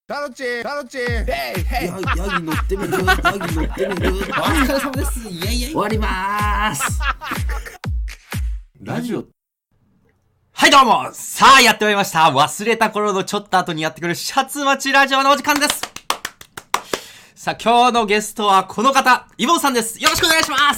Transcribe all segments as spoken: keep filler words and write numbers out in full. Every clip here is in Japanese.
タロチタロチヘイヘイヤギ乗ってみるヤギ乗ってみるお疲れ様ですイエイイエイ終わりまーすラジオはいどうもさあやってまいりました忘れた頃のちょっと後にやってくるシャツ待ちラジオのお時間です。さあ今日のゲストはこの方イボンさんです。よろしくお願いします。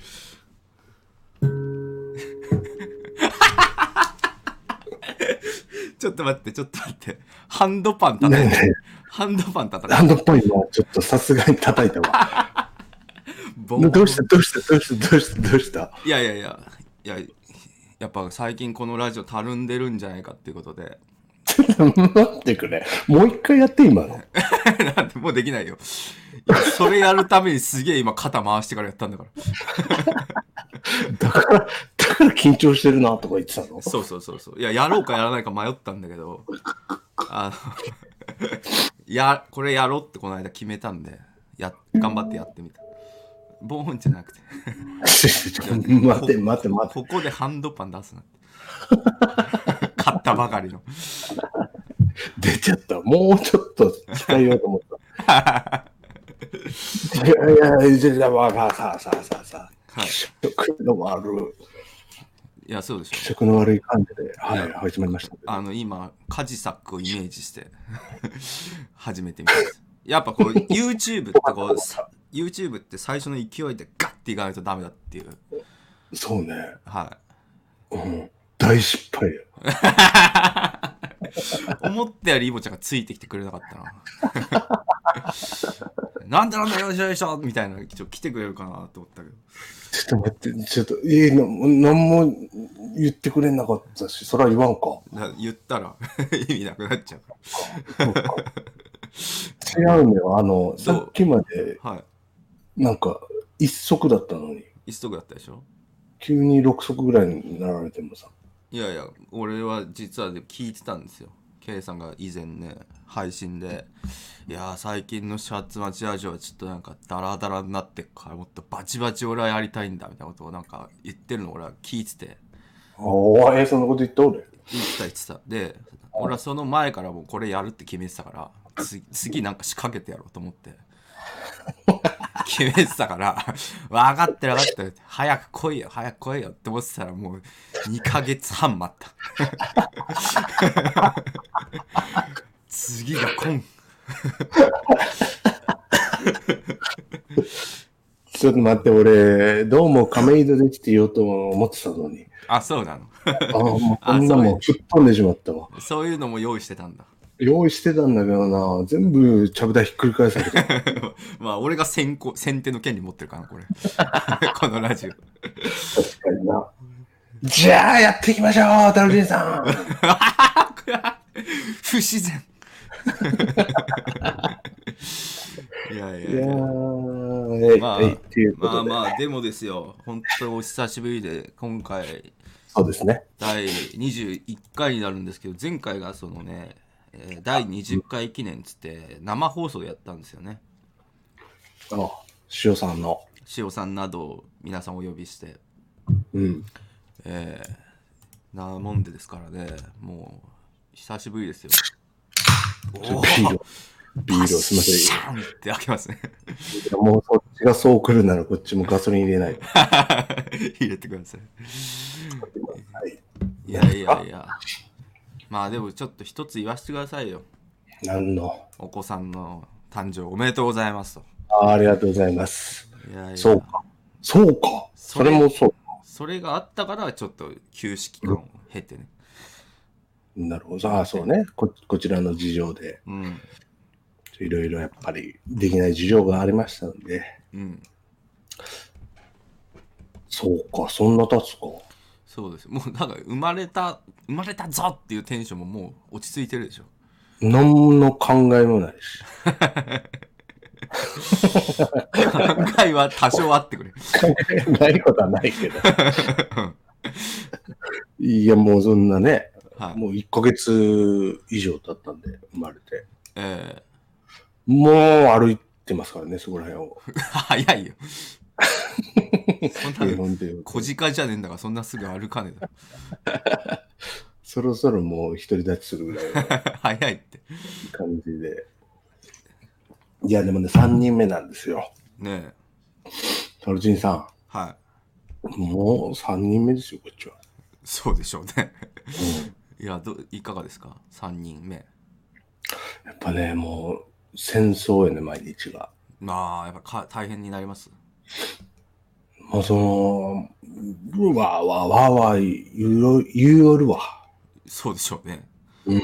ちょっと待ってちょっと待ってハンドパン叩いて、ね、ハンドパン叩いてハンドパン今ちょっとさすがに叩いたわどうしたどうしたどうしたどうしたどうしたいやいやいやいややっぱ最近このラジオたるんでるんじゃないかっていうことでちょっと待ってくれもう一回やって今のなんでもうできないよ。それやるためにすげえ今肩回してからやったんだからだからだから緊張してるなとか言ってたの。 そうそうそうそういややろうかやらないか迷ったんだけどあのやこれやろうってこの間決めたんでや頑張ってやってみた。ボーンじゃなくて待て待て待てここでハンドパン出すなって買ったばかりの出ちゃった。もうちょっと伝えようと思ったいやいやじゃあまあさあさあさあさあ、はい、気色の悪いいやそうでしょ気色の悪い感じではい始まりました。 あの今カジサックをイメージして始めてみます。やっぱこう YouTube ってこうYouTube って最初の勢いでガッていかないとダメだっていう。 そうね。 はい。 うん、大失敗よ。 思ったよりイボちゃんがついてきてくれなかったな。なんでなんだよいしょよいしょみたいなちょっと来てくれるかなと思ったけど。 ちょっと待ってちょっとええー、な何も言ってくれなかったしそれは言わんか。 言ったら意味なくなっちゃう。 違うんだよあのさっきまで、はい、なんか一足だったのに一足だったでしょ。 急に六足ぐらいになられてもさ。 いやいや俺は実はで聞いてたんですよ。K さんが以前ね配信でいや最近のシャツ待ちラジオはちょっとなんかダラダラになってっからもっとバチバチ俺はやりたいんだみたいなことをなんか言ってるのを俺は聞いてて。 おおえー、そんなこと言った俺言ってた言ってた。で俺はその前からもうこれやるって決めてたから次, 次なんか仕掛けてやろうと思って決めてたから分かってる分かってる早く来いよ早く来いよって思ってたらもうにかげつはん待った次が来んちょっと待って俺どうも亀戸ですって言おうと思ってたのに。 あそうなのあもうこんなもん吹っ飛んでしまったわ。 そういうのも用意してたんだ。 用意してたんだけどな全部ちゃぶ台ひっくり返されてまあ俺が先行先手の権利持ってるかなこれこのラジオ。確かにな。じゃあやっていきましょうタロジンさん不自然いやいやいやまあ、はい、まあまあでもですよ本当にお久しぶりで今回そうですねだいにじゅういっかいになるんですけど前回がそのねだいにじゅっかい記念つって生放送やったんですよね。 ああ塩さんの塩さんなど皆さんお呼びしてうんえー、なもんでですからねもう久しぶりですよ。 ビールビールをすみませんシャンって開けますねもうそっちがそう来るならこっちもガソリン入れない入れてください。いやいやいやまあでもちょっと一つ言わせてくださいよ。 何のお子さんの誕生おめでとうございますと。 あ, ありがとうございます。 いやいやそうかそうか そ, それもそうそれがあったからちょっと休止期間を経てね、 うん、なるほど。ああそうね こ, こちらの事情で、うん、いろいろやっぱりできない事情がありましたので、うん、そうかそんな経つか。 そうです。もうなんか生まれた生まれたぞっていうテンションももう落ち着いてるでしょ。 何の考えもないし考えは多少あってくれ。考えないことはないけどいやもうそんなね、はい、もういっかげつ以上経ったんで生まれて、えー、もう歩いてますからねそこら辺を早いよそんな小鹿じゃねえんだからそんなすぐ歩かねえだろそろそろもう独り立ちするぐらいの早いって感じで。いや、でもね、さんにんめなんですよ。 ねえ。 タロチンさはい。 ん、もうさんにんめですよ、こっちは。 そうでしょうね。いやど、いかがですか、さんにんめ。 やっぱね、もう戦争よね、毎日が。 まあ、やっぱか大変になります。 もうその、うわわわわ言う言うよるわ。 そうでしょうね。 うん。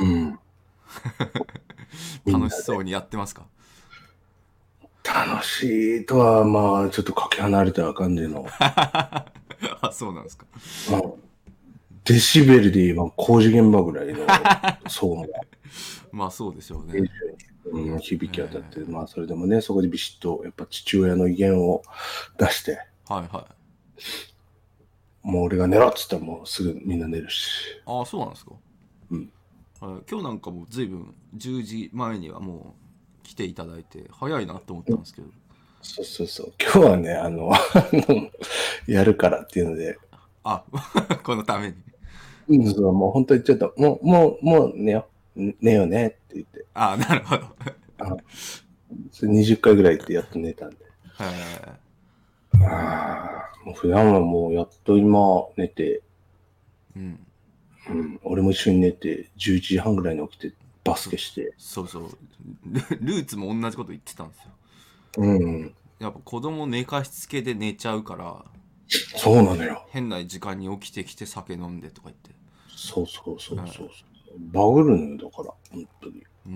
楽しそうにやってますか？ 楽しいとは、まあ、ちょっとかけ離れた感じの。 あ、そうなんですか。 まあ、デシベルで言えば工事現場ぐらいの騒音が、 まあそうでしょうね。 うん、響き渡って、まあそれでもね、そこでビシッとやっぱ父親の威厳を出して、 はいはい。 もう俺が寝ろっつったらもうすぐみんな寝るし。 ああ、そうなんですか。 うん。 はい、今日なんかもずいぶんじゅうじまえにはもう来ていただいて早いなと思ったんですけど。 そうそうそう。今日はね、あの、やるからっていうので。 あ、このために。 うん、そうもう本当にちょっと、もう、もう、もう寝よう。寝ようねって言って。 ああ、なるほど。 あそれにじゅっかいぐらいってやっと寝たんで。 へえ。 ああ、もう普段はもうやっと今寝て、 うん。 うん、俺も一緒に寝て、じゅういちじはんぐらいに起きて、バスケして。 そうそう。ル、ルーツも同じこと言ってたんですよ。 うん。 やっぱ子供寝かしつけで寝ちゃうから、 そうなのよ。 変な時間に起きてきて酒飲んでとか言って。 そうそうそうそうそう、 はい、 バグるのよ、だから、本当に。 うん。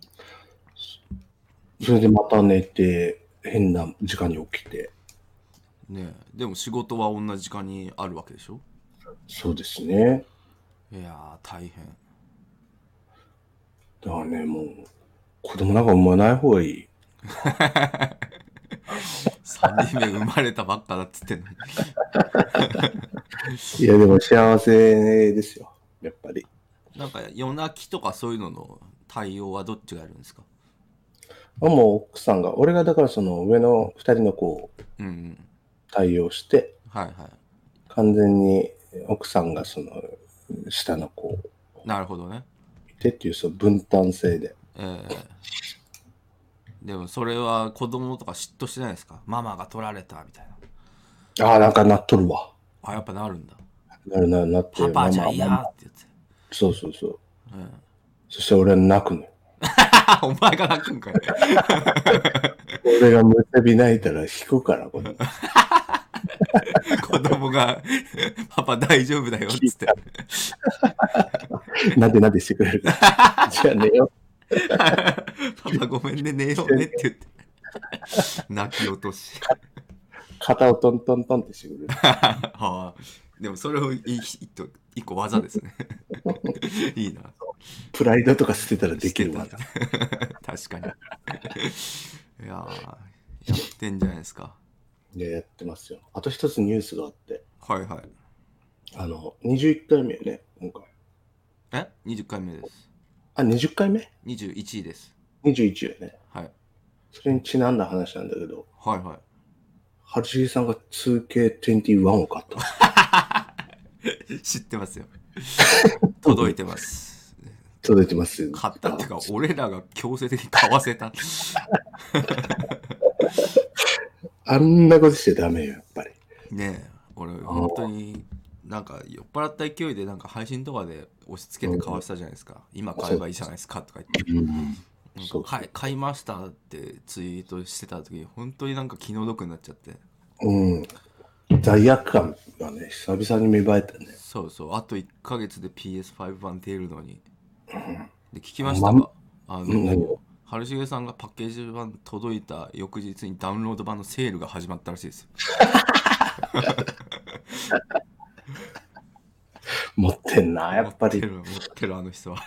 それでまた寝て、変な時間に起きて。 ねえ、でも仕事は同じ時間にあるわけでしょ？ そうですね。 いやー、大変。 だからね、もう、子供なんか産まない方がいい。 さんにんめ生まれたばっかだっつってんのに。 いや、でも幸せですよ、やっぱり。 なんか夜泣きとかそういうのの対応はどっちがやるんですか？ もう奥さんが、俺がだからその上の二人の子を対応して、 うんうん、はいはい。 完全に奥さんがその下の子をなるほどね。 見てっていうその分担制で。 えー、でもそれは子供とか嫉妬してないですか？ママが取られたみたいな。ああ、なんかなっとるわ。 あ、やっぱなるんだ。 なるなるなって。 パパじゃいやって言って。 そうそうそう。 うん、そして俺は泣くのよ。 お前が泣くんかい。 俺がむせび泣いたら引くからこれ。 子供がパパ大丈夫だよっつって。 なんでなんでしてくれるか。じゃあ寝よう。 パパごめんね寝ようねって言って泣き落とし。 肩をトントントンってしてくれる。 はあ、でもそれを一個技ですね。いいな。 プライドとか捨てたらできるわ。 確かに。いややってんじゃないですか。 いや、やってますよ。あと一つニュースがあって。 はいはい。 あの、にじゅういっかいめね、今回。 え ?にじゅっかいめです。 あ、にじゅっかいめ ? にじゅういちいです。 にじゅういちよね。 はい。 それにちなんだ話なんだけど。 はいはい。 はるしげさんが ツーケーにじゅういち を買った。 知ってますよ。届いてます。 届いてますよ。 買ったっていうか、俺らが強制的に買わせた。 あんなことしちゃダメよ、やっぱり。 ねえ、俺、本当に、なんか酔っ払った勢いで、なんか配信とかで押し付けて買わせたじゃないですか。うん、今買えばいいじゃないですかとか言って。うん、なんか買い、買いましたってツイートしてた時、本当になんか気の毒になっちゃって。 うん。罪悪感がね、久々に芽生えたね。 そうそう、あといっかげつで ピーエスファイブ 版出るのに。うん、で、聞きましたか、あの、はるしげさんがパッケージ版届いた翌日にダウンロード版のセールが始まったらしいですよ。 持ってんな、やっぱり。 持ってる、持ってるあの人は。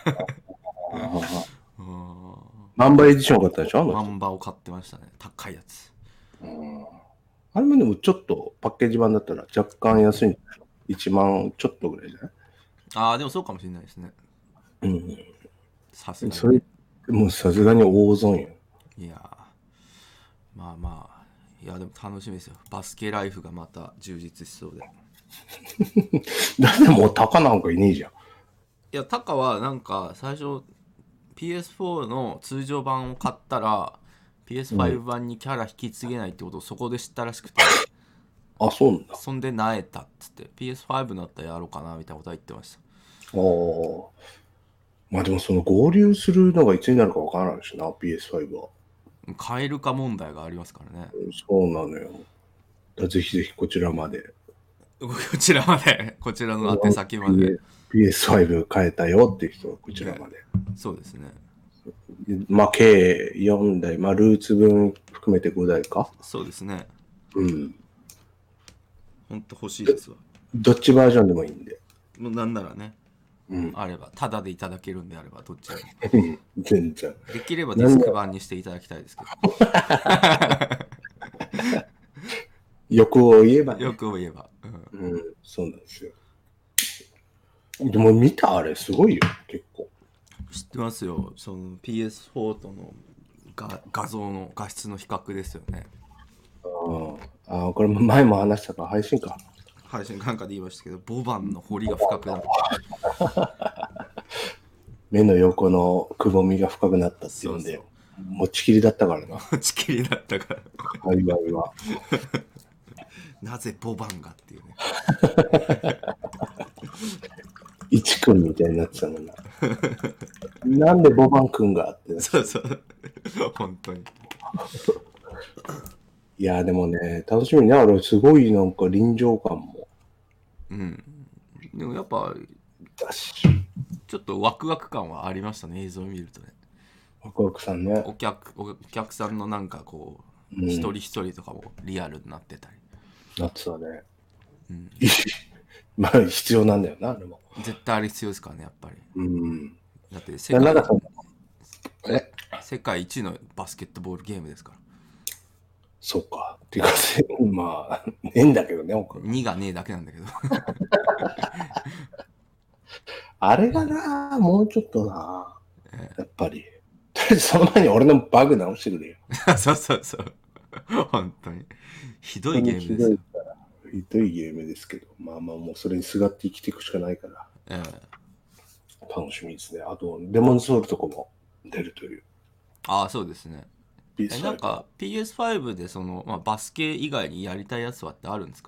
マンバエディション買ったでしょ？ マンバを買ってましたね。高いやつ。 うんあれもでもちょっとパッケージ版だったら若干安いんじゃないの？いちまんちょっとぐらいじゃない？ ああ、でもそうかもしれないですね。 うん。 さすがに。 それ、もうさすがに大損よ。 いやまあまあ、いやでも楽しみですよ。バスケライフがまた充実しそうで。 だってもうタカなんかいねえじゃん。 いやタカはなんか最初 ピーエスフォー の通常版を買ったら ピーエスファイブ 版にキャラ引き継げないってことをそこで知ったらしくて、 あ、そうなんだ。 そんで萎えたっつって ピーエスファイブ だったらやろうかなみたいなことは言ってました。 ああ。まあでもその合流するのがいつになるかわからないしな、ピーエスファイブ は。 買えるか問題がありますからね。 そうなのよ。だぜひぜひこちらまで。 こちらまで、こちらの宛先まで。 ピーエスファイブ 買えたよっていう人はこちらまで。 そうですね。 まあ計よんだい、まあルーツ分含めてごだいか。 そうですね。 うん。 ほんと欲しいですわ。 どっちバージョンでもいいんで。 もうなんならね、 うん、 あれば、タダでいただけるんであれば、どっちでも。 全然。 できればディスク版にしていただきたいですけど。 欲を言えば、ね、 欲を言えば、 うん。うん、そうなんですよ。でも見たあれすごいよ、結構。 知ってますよ。その ピーエスフォー とのが画像の画質の比較ですよね。 ああ、これ前も話したか、配信か。 配信なんかで言いましたけど、ボバンの彫りが深くなった。 目の横のくぼみが深くなったっていうんで、そうそう持ちきりだったからな。 持ちきりだったから。 はいはいは。 なぜボバンがっていうね。 一くんみたいになってたもんな。なんでボバンくんがって。 そうそう。本当に。 いやでもね、楽しみね。あれすごいなんか臨場感も。 うん。でもやっぱ、ちょっとワクワク感はありましたね、映像を見るとね。 ワクワクさんね。 お客、お客さんのなんかこう、うん、一人一人とかもリアルになってたり。 なってたね。 うん、 まあ必要なんだよな、でも。 絶対あれ必要ですからね、やっぱり。 うん。 だって世界え世界一のバスケットボールゲームですから。 そうか。っていうか、まあ、ねえんだけどね、 にがねえだけなんだけど。 あれがな、もうちょっとな、えやっぱり。とりあえずその前に俺のバグ直してくれよ。 そうそうそう。本当に。ひどいゲームですよ。 ひどいゲームですけど、まあまあもうそれにすがって生きていくしかないから。ええ、楽しみですね。あと、デモンズソウルとかも出るという。 ああ、そうですね。えなんか ピーエスファイブ でその、まあ、バスケ以外にやりたいやつはってあるんですか？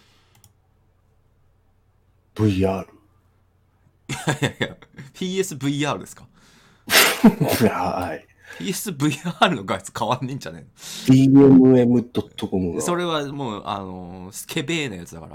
ブイアール。 いやいやいや、ピーエスブイアール ですか？ はい。 ピーエスブイアール の画質変わんねえんじゃねえの ディーエムエムドットコム が。 それはもう、あのー、スケベーなやつだから。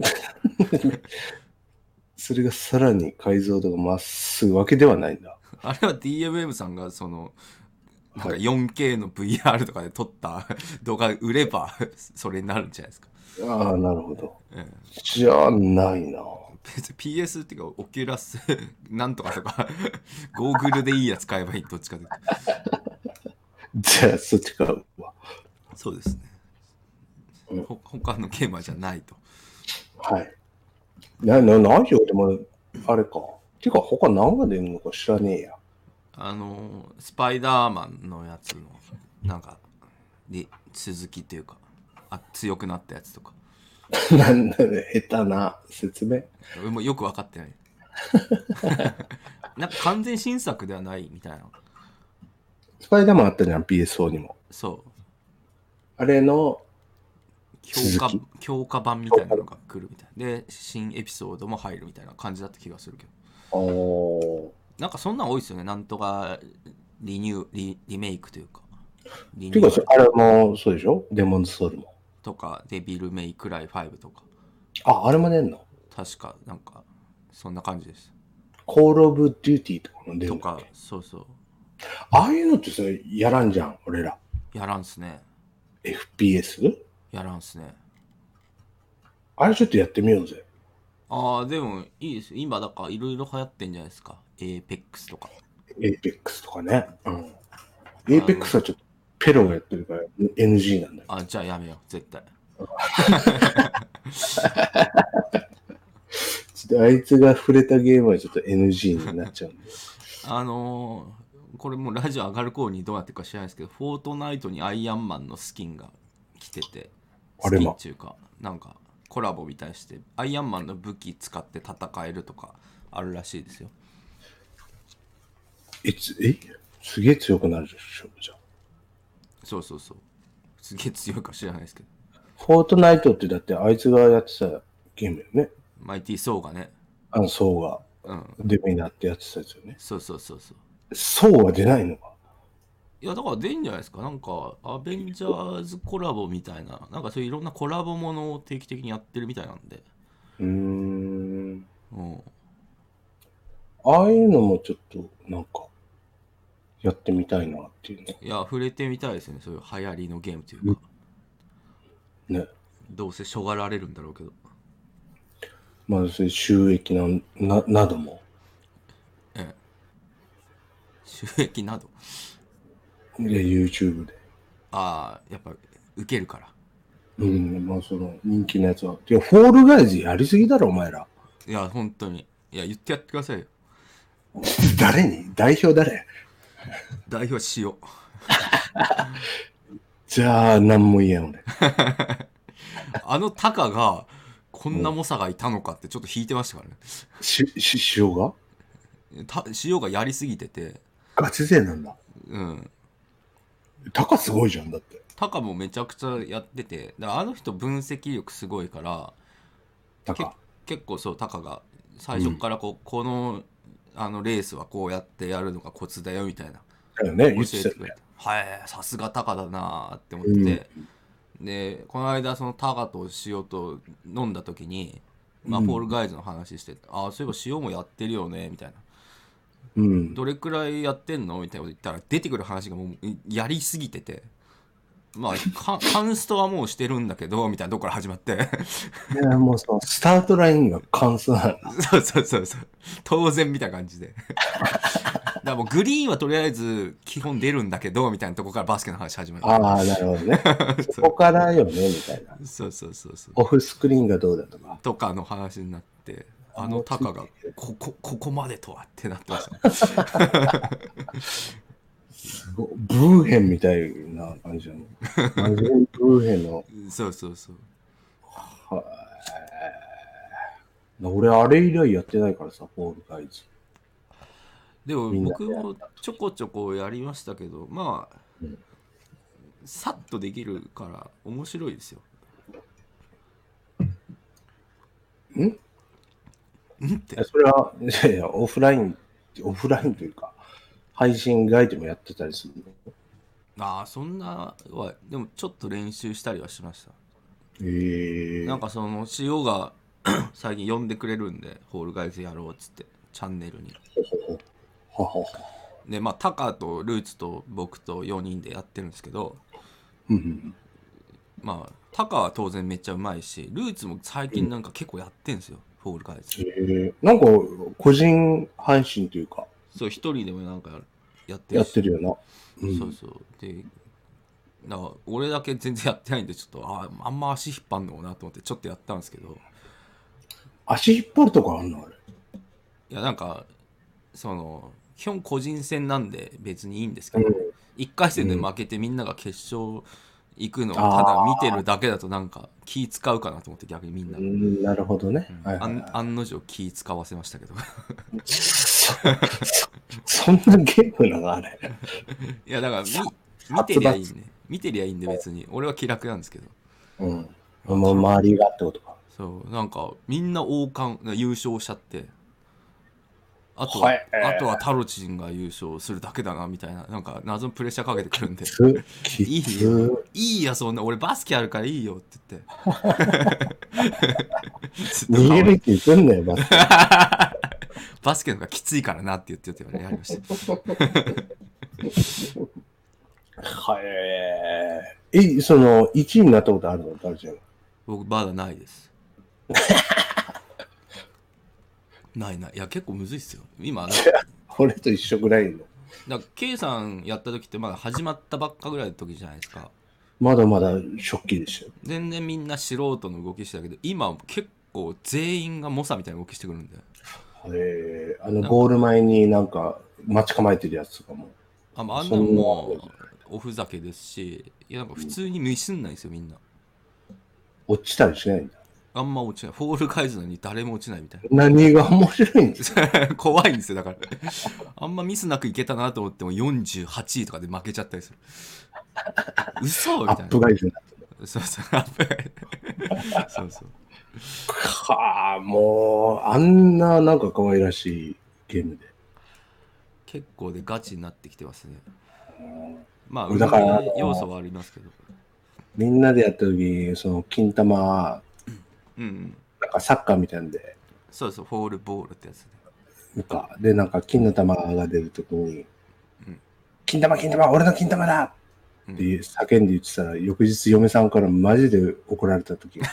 それがさらに解像度がまっすぐわけではないんだ。 あれは ディーエムエム さんがその、なんか よんケー の ブイアール とかで撮った動画売ればそれになるんじゃないですか。 ああ、なるほど。ええ、じゃあないな。 別に ピーエス っていうかオキュラスなんとかとかゴーグルでいいやつ買えばいい、どっちかというと。 じゃあそっち買うわ。 そうですね。うん、ほ他のゲーマーじゃないと。 はい。な、な、何よ、でも、あれか。てか他何が出るのか知らねえや。 あのスパイダーマンのやつのなんかで続きというか、あ強くなったやつとか。 なんだね、下手な説明。 俺もよく分かってない。なんか完全新作ではないみたいな。 スパイダーマンあったじゃん、ピーエスフォー にも。 そう。 あれの強化強化版みたいなのが来るみたいで、新エピソードも入るみたいな感じだった気がするけど。おなんかそんなん多いですよね。なんとかリニュー リ, リメイクというか。 リニューていうかあれもそうでしょ、デモンズソウルも。 とかデビルメイクライファイブとか。 あ、あれも出んの？ 確かなんかそんな感じです。 コールオブデューティーとかも出るの？ とか、そうそう。 ああいうのってさ、やらんじゃん、俺ら。 やらんすね。 エフピーエス？ やらんすね。 あれちょっとやってみようぜ。 ああ、でもいいです。今だからいろいろ流行ってんじゃないですか。エーペックスとか。 エーペックスとかね。うん。エーペックスはちょっとペロがやってるから エヌジー なんだよ。 あ、じゃあやめよう、絶対。 ちょっとあいつが触れたゲームはちょっと エヌジー になっちゃうんで。 あのー、これもうラジオ上がる頃にどうなってるか知らないですけど、フォートナイトにアイアンマンのスキンが来てて、スキンっていうか、なんかコラボみたいにして、アイアンマンの武器使って戦えるとか、 あるらしいですよ。 えつえすげえ強くなるでしょじゃあ。 そうそうそう。すげえ強いか知らないですけど。 フォートナイトってだってあいつがやってたゲームよね。 マイティー・ソーがね。 あのソーがうん。 デメになってやってたやつよね。 そうそうそうそう。 ソーは出ないのか。 いやだから出んじゃないですか。なんかアベンジャーズコラボみたいな、なんかそういういろんなコラボものを定期的にやってるみたいなんで。 うーん。 うん。 ああいうのもちょっとなんかやってみたいなっていうね。 いや触れてみたいですね。そういう流行りのゲームというか。 ね。 どうせしょがられるんだろうけど。 まあそういう収益なななども。 ええ。収益など。 いや YouTube で。 ああ、やっぱ受けるから。 うん、まあその人気のやつは。いや、フォールガイズやりすぎだろ、お前ら。 いや本当に。いや言ってやってくださいよ。 誰に代表誰代表しよう。 じゃあ、なんも言えん俺。 あのタカがこんな猛者がいたのかってちょっと引いてましたからね。 し、し、塩がた塩がやりすぎてて。 ガチ勢なんだ。 うん。 タカすごいじゃん、だって。 タカもめちゃくちゃやってて、だからあの人分析力すごいから、 タカ。 結構そうタカが最初からこう、うん、このあのレースはこうやってやるのがコツだよみたいなだよね、 教えてくれて、はいさすがタカだなって思ってて、うん、でこの間そのタカと塩と飲んだ時に、まあ、フォールガイズの話して、うん、ああそういえば塩もやってるよねみたいな、うん、どれくらいやってんのみたいなこと言ったら出てくる話がもうやりすぎてて、まあカンストはもうしてるんだけどみたいなとこから始まっていやもうそのスタートラインがカンストなんだ。 そうそうそうそう当然みたいな感じでだからもうグリーンはとりあえず基本出るんだけどみたいなとこからバスケの話始まる。 ああなるほどねそこからよねみたいな。 そうそうそうそうオフスクリーンがどうだとかとかの話になって、あのタカがここここまでとはってなってましたすごいブーヘンみたいな感じなの。マジでブーヘンの。 そうそうそう。 は俺あれ以来やってないからさ、フォールガイズ。 でも僕もちょこちょこやりましたけど、まあ、うん、さっとできるから面白いですよ。 ん？んって。それは、いやいや、オフライン、オフラインというか、配信外でもやってたりするの？ああ、そんなは、でもちょっと練習したりはしました。 へえ。 なんかその、塩が最近呼んでくれるんで、フォールガイズやろうっつって、チャンネルに。 ほほほで、まあ、タカとルーツと僕とよにんでやってるんですけど、まあ、タカは当然めっちゃうまいし、ルーツも最近なんか結構やってんですよ、フォールガイズ。 へえ。なんか、個人配信というか、 そう一人でもなんかやってるやってるよな、 うん、そうそうでだから俺だけ全然やってないんでちょっと あ, あんま足引っ張んのかなと思ってちょっとやったんですけど、 足引っ張るとかあんのあれ？ いやなんかその基本個人戦なんで別にいいんですけど、うん、いっかい戦で負けてみんなが決勝行くのをただ見てるだけだとなんか気使うかなと思って逆にみんな、 うん、なるほどね、 うんはいはいはい、案の定気使わせましたけどそ, そんなゲームなのあれいやだから見てりゃいいんで見てりゃいいんで別に俺は気楽なんですけど、 うん、もう周りがってことか。 そうなんかみんな王冠優勝しちゃってあとは、はい、あとはタロチンが優勝するだけだなみたいななんか謎のプレッシャーかけてくるんでいいよいいやそんな俺バスケあるからいいよって言って逃げるって言ってんだよバスケバスケのがきついからなって言ってたよねやりましたはいえそのいちいになったことあるのタロチン？ 僕まだないですないないいや結構むずいっすよ今俺と一緒ぐらいのだから K さんやった時ってまだ始まったばっかぐらいの時じゃないですか。 まだまだ初期でしたよ。 全然みんな素人の動きしてたけど今結構全員が猛者みたいな動きしてくるんで、 えー、あのゴール前になんか待ち構えてるやつとかもあ, あんなのもおふざけですしいやなんか普通にミスんないんですよみんな。 落ちたりしないんだ。 あんま落ちない。フォールガイズなのに誰も落ちないみたいな。 何が面白いんですか？ 怖いんですよだからあんまミスなくいけたなと思ってもよんじゅうはちいとかで負けちゃったりする。嘘みたいな。 アップガイズになってる。 そうそうアップガイズそうそうはあ、もうあんななんか可愛らしいゲームで結構でガチになってきてますね。まあだから運営要素はありますけど、 みんなでやった時その金玉うんうん、 なんかサッカーみたいなんでそうそうフォールボールってやつで、 なんかでなんか金の玉が出るときに、 うん、 金玉金玉俺の金玉だって叫んで言ってたら、翌日嫁さんからマジで怒られた時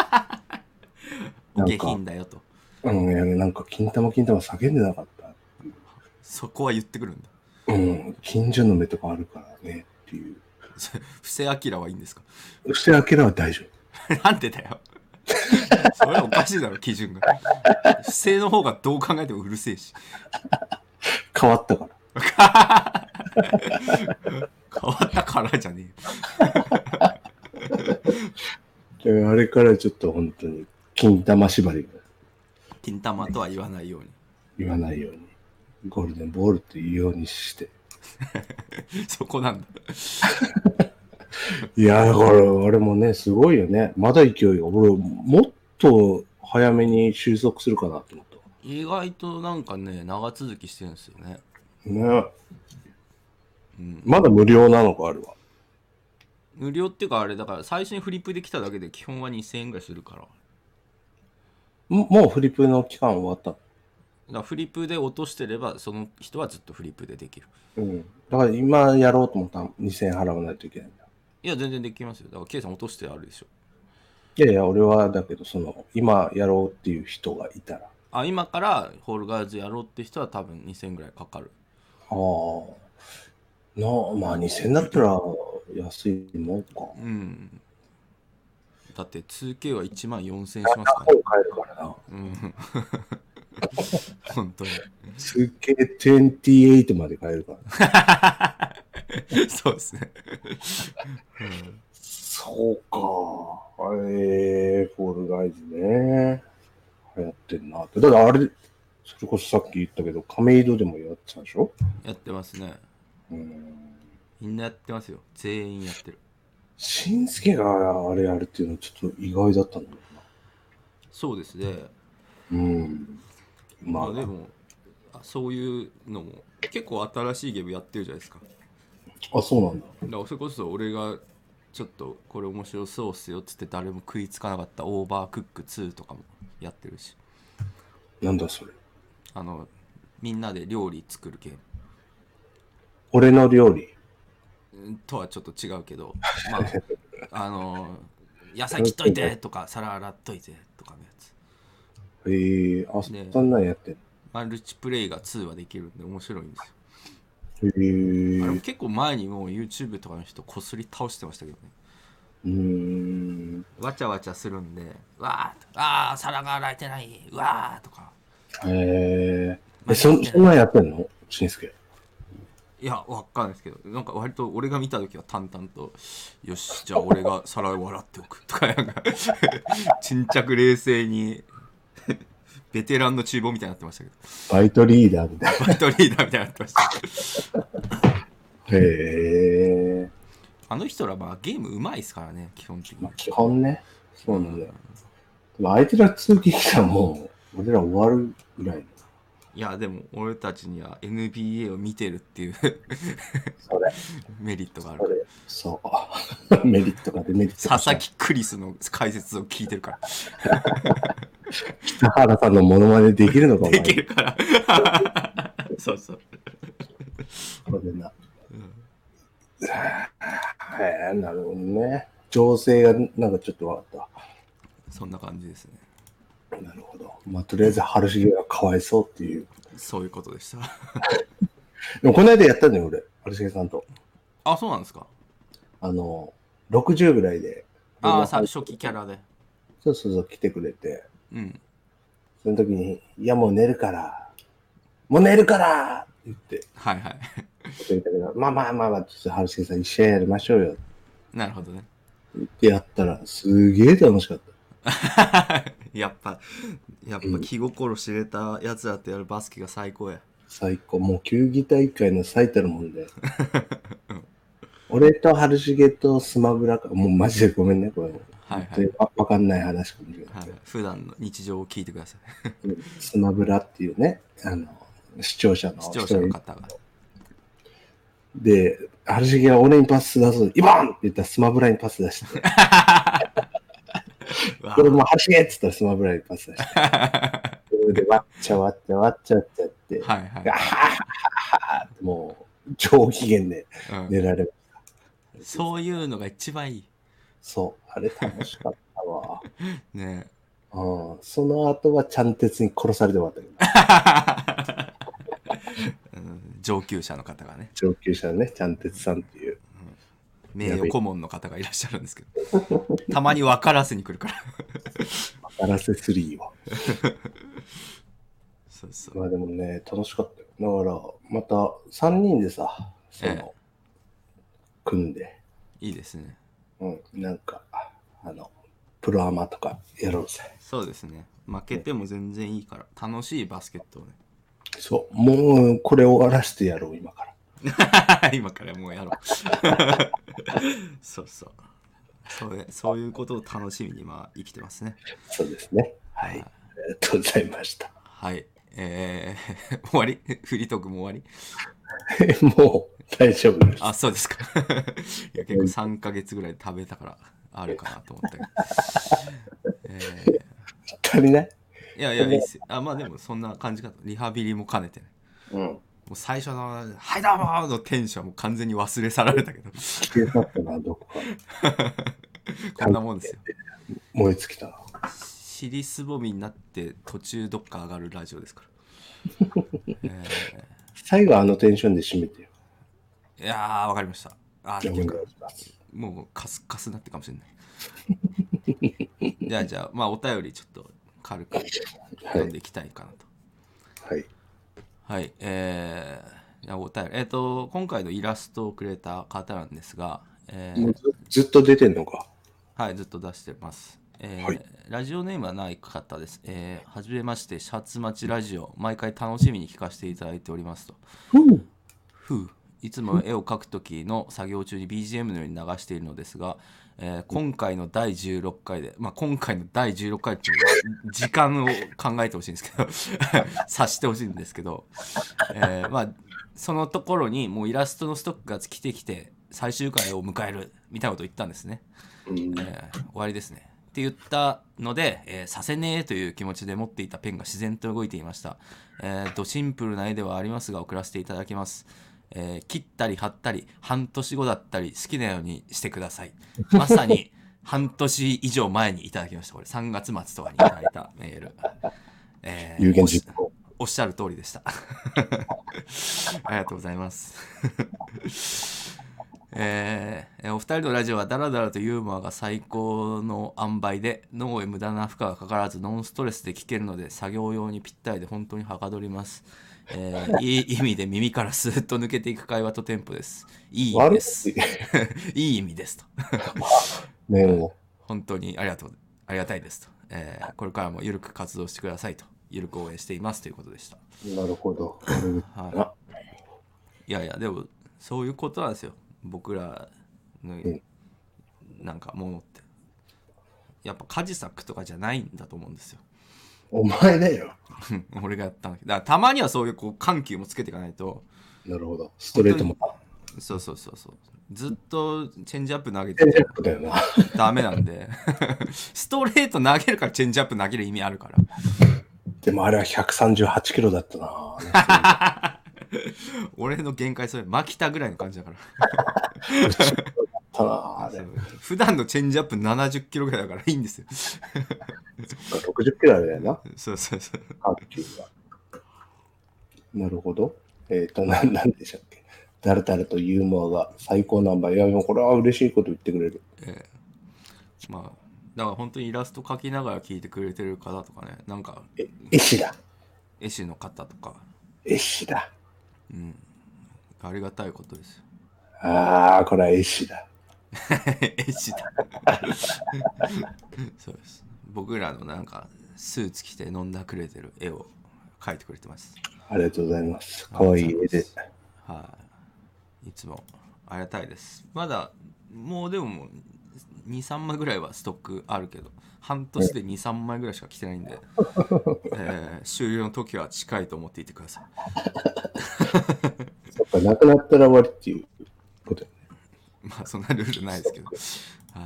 お下品だよと。 うん、いやなんか金玉金玉叫んでなかった。 そこは言ってくるんだ。 うん、近所の目とかあるからねっていう。 布施明はいいんですか？ 布施明は大丈夫。なんでだよ。それはおかしいだろ基準が。布施の方がどう考えてもうるせえし。 変わったから。 変わったからじゃねえよ。あれからちょっと本当に金玉縛りが。 金玉とは言わないように。 言わないように。ゴールデンボールって言うようにして。 そこなんだ。 いや、だから俺もね、すごいよね。まだ勢いが。俺、もっと早めに収束するかなと思った。 意外となんかね、長続きしてるんですよね。 ね、うん、まだ無料なのか、あれは。 無料っていうか、あれだから最初にフリップで来ただけで基本はにせんえんぐらいするから。 ももうフリップの期間終わった。 だからフリップで落としてれば、その人はずっとフリップでできる。 うん。だから今やろうと思ったらにせんえん払わないといけないんだ。 いや、全然できますよ。だから、K さん落としてあるでしょ。 いやいや、俺はだけど、その、今やろうっていう人がいたら。 あ、今からホールガールズやろうって人は多分にせんえんぐらいかかる。 ああ。なあ、まあにせんえんだったら安いもんか。 うん。だって ツーケー はいちまんよんせんえんしますからね。買えるからな。 うん。本当に。 ツーケーにじゅうはち まで買えるから、 ね。そうですね。 うん、そうか。えー、フォールガイズね。流行ってんなって。だからあれ、それこそさっき言ったけど、亀戸でもやってたでしょ？ やってますね。 うん。 みんなやってますよ。全員やってる。 しんすけがあれやるっていうのはちょっと意外だったんだけどな。 そうですね。 うん。 まあ、まあ、でも、そういうのも結構新しいゲームやってるじゃないですか。 あ、そうなんだ。 だからそれこそ俺がちょっとこれ面白そうっすよっつって誰も食いつかなかったオーバークックツーとかもやってるし。 なんだそれ。 あのみんなで料理作るゲーム。 俺の料理とはちょっと違うけど、まああの野菜切っといてとか皿洗っといてとかのやつ。 へえー、あ、そんなんやってんの。 マルチプレイがツーはできるんで面白いんですよ。 へえー。 結構前にもう YouTube とかの人こすり倒してましたけどね。 うーん。 わちゃわちゃするんで、わーあー皿が洗えてない、うわーとか。 へえ。え、そんなやってんの？しんすけ。 いや、わかんないですけど、なんか割と俺が見たときは淡々と、よし、じゃあ俺が皿を洗っておくとか、なんか、沈着冷静に、ベテランの厨房みたいになってましたけど。 バイトリーダーみたいな。 バイトリーダーみたいになってました。 へえ。 あの人らまあゲームうまいですからね、基本的に。 まあ、基本ね。そうなんだよ。でも相手が通勤したらもう、俺ら終わるぐらいの。 いやでも俺たちには エヌビーエー を見てるっていうそれメリットがある。 それそうメリットがデメリットが佐々木クリスの解説を聞いてるから北原さんのモノマネできるのかもできるからそうそうこれな、うん、へえ、なるほどね。情勢がなんかちょっと分かった。 そんな感じですね。 なるほど。まあとりあえず春重がかわいそうっていう。 そういうことでしたでもこの間やったんだよ俺、春重さんと。 あ、そうなんですか。 あのろくじゅうぐらいで。 ああ、初期キャラで。 そうそうそう、来てくれて。 うん。 その時に、いやもう寝るから、もう寝るからって言って。 はいはい。 言ったけど、まあまあまあまあ、ちょっと春重さん一試合やりましょうよ。 なるほどね。 ってやったら、すげえ楽しかった。 やっぱやっぱ気心知れたやつらとやるバスケが最高や。 最高。もう球技大会の最たるもんで。俺と春重とスマブラか、もうマジでごめんね、これ。 はいはい。 わわかんない話かもしれない、 はい。普段の日常を聞いてください。 スマブラっていうね、あの、視聴者の視聴者の方が。 で、春重が俺にパス出す、イボンって言ったらスマブラにパス出して。これもう春重って言ったらスマブラにパス出して。それで、わっちゃわっちゃわっちゃっちゃって、 はいはい。 はははってもう上機嫌で寝られる、 うん。そういうのが一番いい。 そう、あれ楽しかったわ。 ねえ。 うん、その後はちゃんてつに殺されて終わったけど。 上級者の方がね。 上級者のね、ちゃんてつさんっていう。 名誉顧問の方がいらっしゃるんですけど、たまに分からせに来るから。 分からせスリーを。 そうそう。 まあでもね、楽しかったよ。だから、またさんにんでさ、その、ええ、組んで。 いいですね。 うん、なんか、あの、プロアマとかやろうぜ。 そうですね。負けても全然いいから、うん、楽しいバスケットをね。 そう、もうこれ終わらせてやろう、今から。 今からもうやろう。そうそう。そういう、そういうことを楽しみに今生きてますね。 そうですね。はい。ありがとうございました。 はい。えー、終わりフリートークも終わりもう大丈夫です。 あ、そうですか。いや結構さんかげつぐらい食べたからあるかなと思ったけど。えー、 足りないいやいや、いいっすよ。あ、まあでもそんな感じかと。リハビリも兼ねてね。 うん。 もう最初の「はいどうも!」のテンションはもう完全に忘れ去られたけど消え去ったな、どこか。 こんなもんですよ。 燃え尽きたな。 尻すぼみになって途中どっか上がるラジオですから、えー、 最後あのテンションで締めてよ。 いやーわかりました。あーもうカスカスになってるかもしれないじゃあじゃあまあお便りちょっと軽く読んでいきたいかなと。 はいはい、えー、お便り、えーと、今回のイラストをくれた方なんですが、えー、 もう ず, ずっと出てんのか。 はい、ずっと出してます。えーはい、 ラジオネームはない方です。えー、はじめまして、シャツ待ちラジオ、毎回楽しみに聞かせていただいておりますと。 うんふういつも絵を描くときの作業中に ビージーエム のように流しているのですが、えー、今回のだいじゅうろっかいで、まあ、今回のだいじゅうろっかいっていうのは時間を考えてほしいんですけど察してほしいんですけど、えーまあ、そのところにもうイラストのストックが尽きてきて最終回を迎えるみたいなことを言ったんですね、えー、終わりですねって言ったので、えー、させねえという気持ちで持っていたペンが自然と動いていました。えー、とシンプルな絵ではありますが送らせていただきます。えー、切ったり貼ったり半年後だったり好きなようにしてください。まさに半年以上前にいただきました。これさんがつ末とかにいただいたメール、えー、 有言実行。 おっしゃる通りでしたありがとうございますえー、お二人のラジオはダラダラとユーモアが最高の塩梅で脳へ無駄な負荷がかからずノンストレスで聞けるので作業用にぴったりで本当にはかどります。えー、いい意味で耳からスーッと抜けていく会話とテンポです。いい意味ですいい意味ですとね、 本当にありがとうありがたいですと、えー、これからもゆるく活動してくださいとゆるく応援していますということでした。 なるほど、 はい、いやいやでもそういうことなんですよ。僕らの、うん、なんかものってやっぱカジサックとかじゃないんだと思うんですよ。 お前だよ俺がやったんだけど、だからたまにはそういうこう緩急もつけていかないと。 なるほど、ストレートもそうそうそうそうずっとチェンジアップ投げてダメなんでストレート投げるからチェンジアップ投げる意味あるから。 でもあれはひゃくさんじゅうはちキロだったな俺の限界それマキタぐらいの感じだから普段のチェンジアップななじゅっキロぐらいだからいいんですよろくじゅっキロあるやな。 そうそうそうなるほど。えっ、ー、と何でしたっけ。だらだらとユーモアが最高ナンバー。いやでもこれは嬉しいこと言ってくれる。 えー、まあだから本当にイラスト描きながら聞いてくれてる方とかね、なんか絵師だ絵師の方とか絵師だ、 うん、ありがたいことですよ。 ああこれは絵師だ絵師だそうです。 僕らのなんかスーツ着て飲んだくれてる絵を描いてくれてます。 ありがとうございます。かわいい絵で。 はい、いつもありがたいです。まだもうでもにさんまいぐらいはストックあるけど、半年でにさんまいぐらいしか着てないんで、えー、終了の時は近いと思っていてください。 そっか、なくなったら終わりっていうことよね。 まあそんなルールないですけど、はい、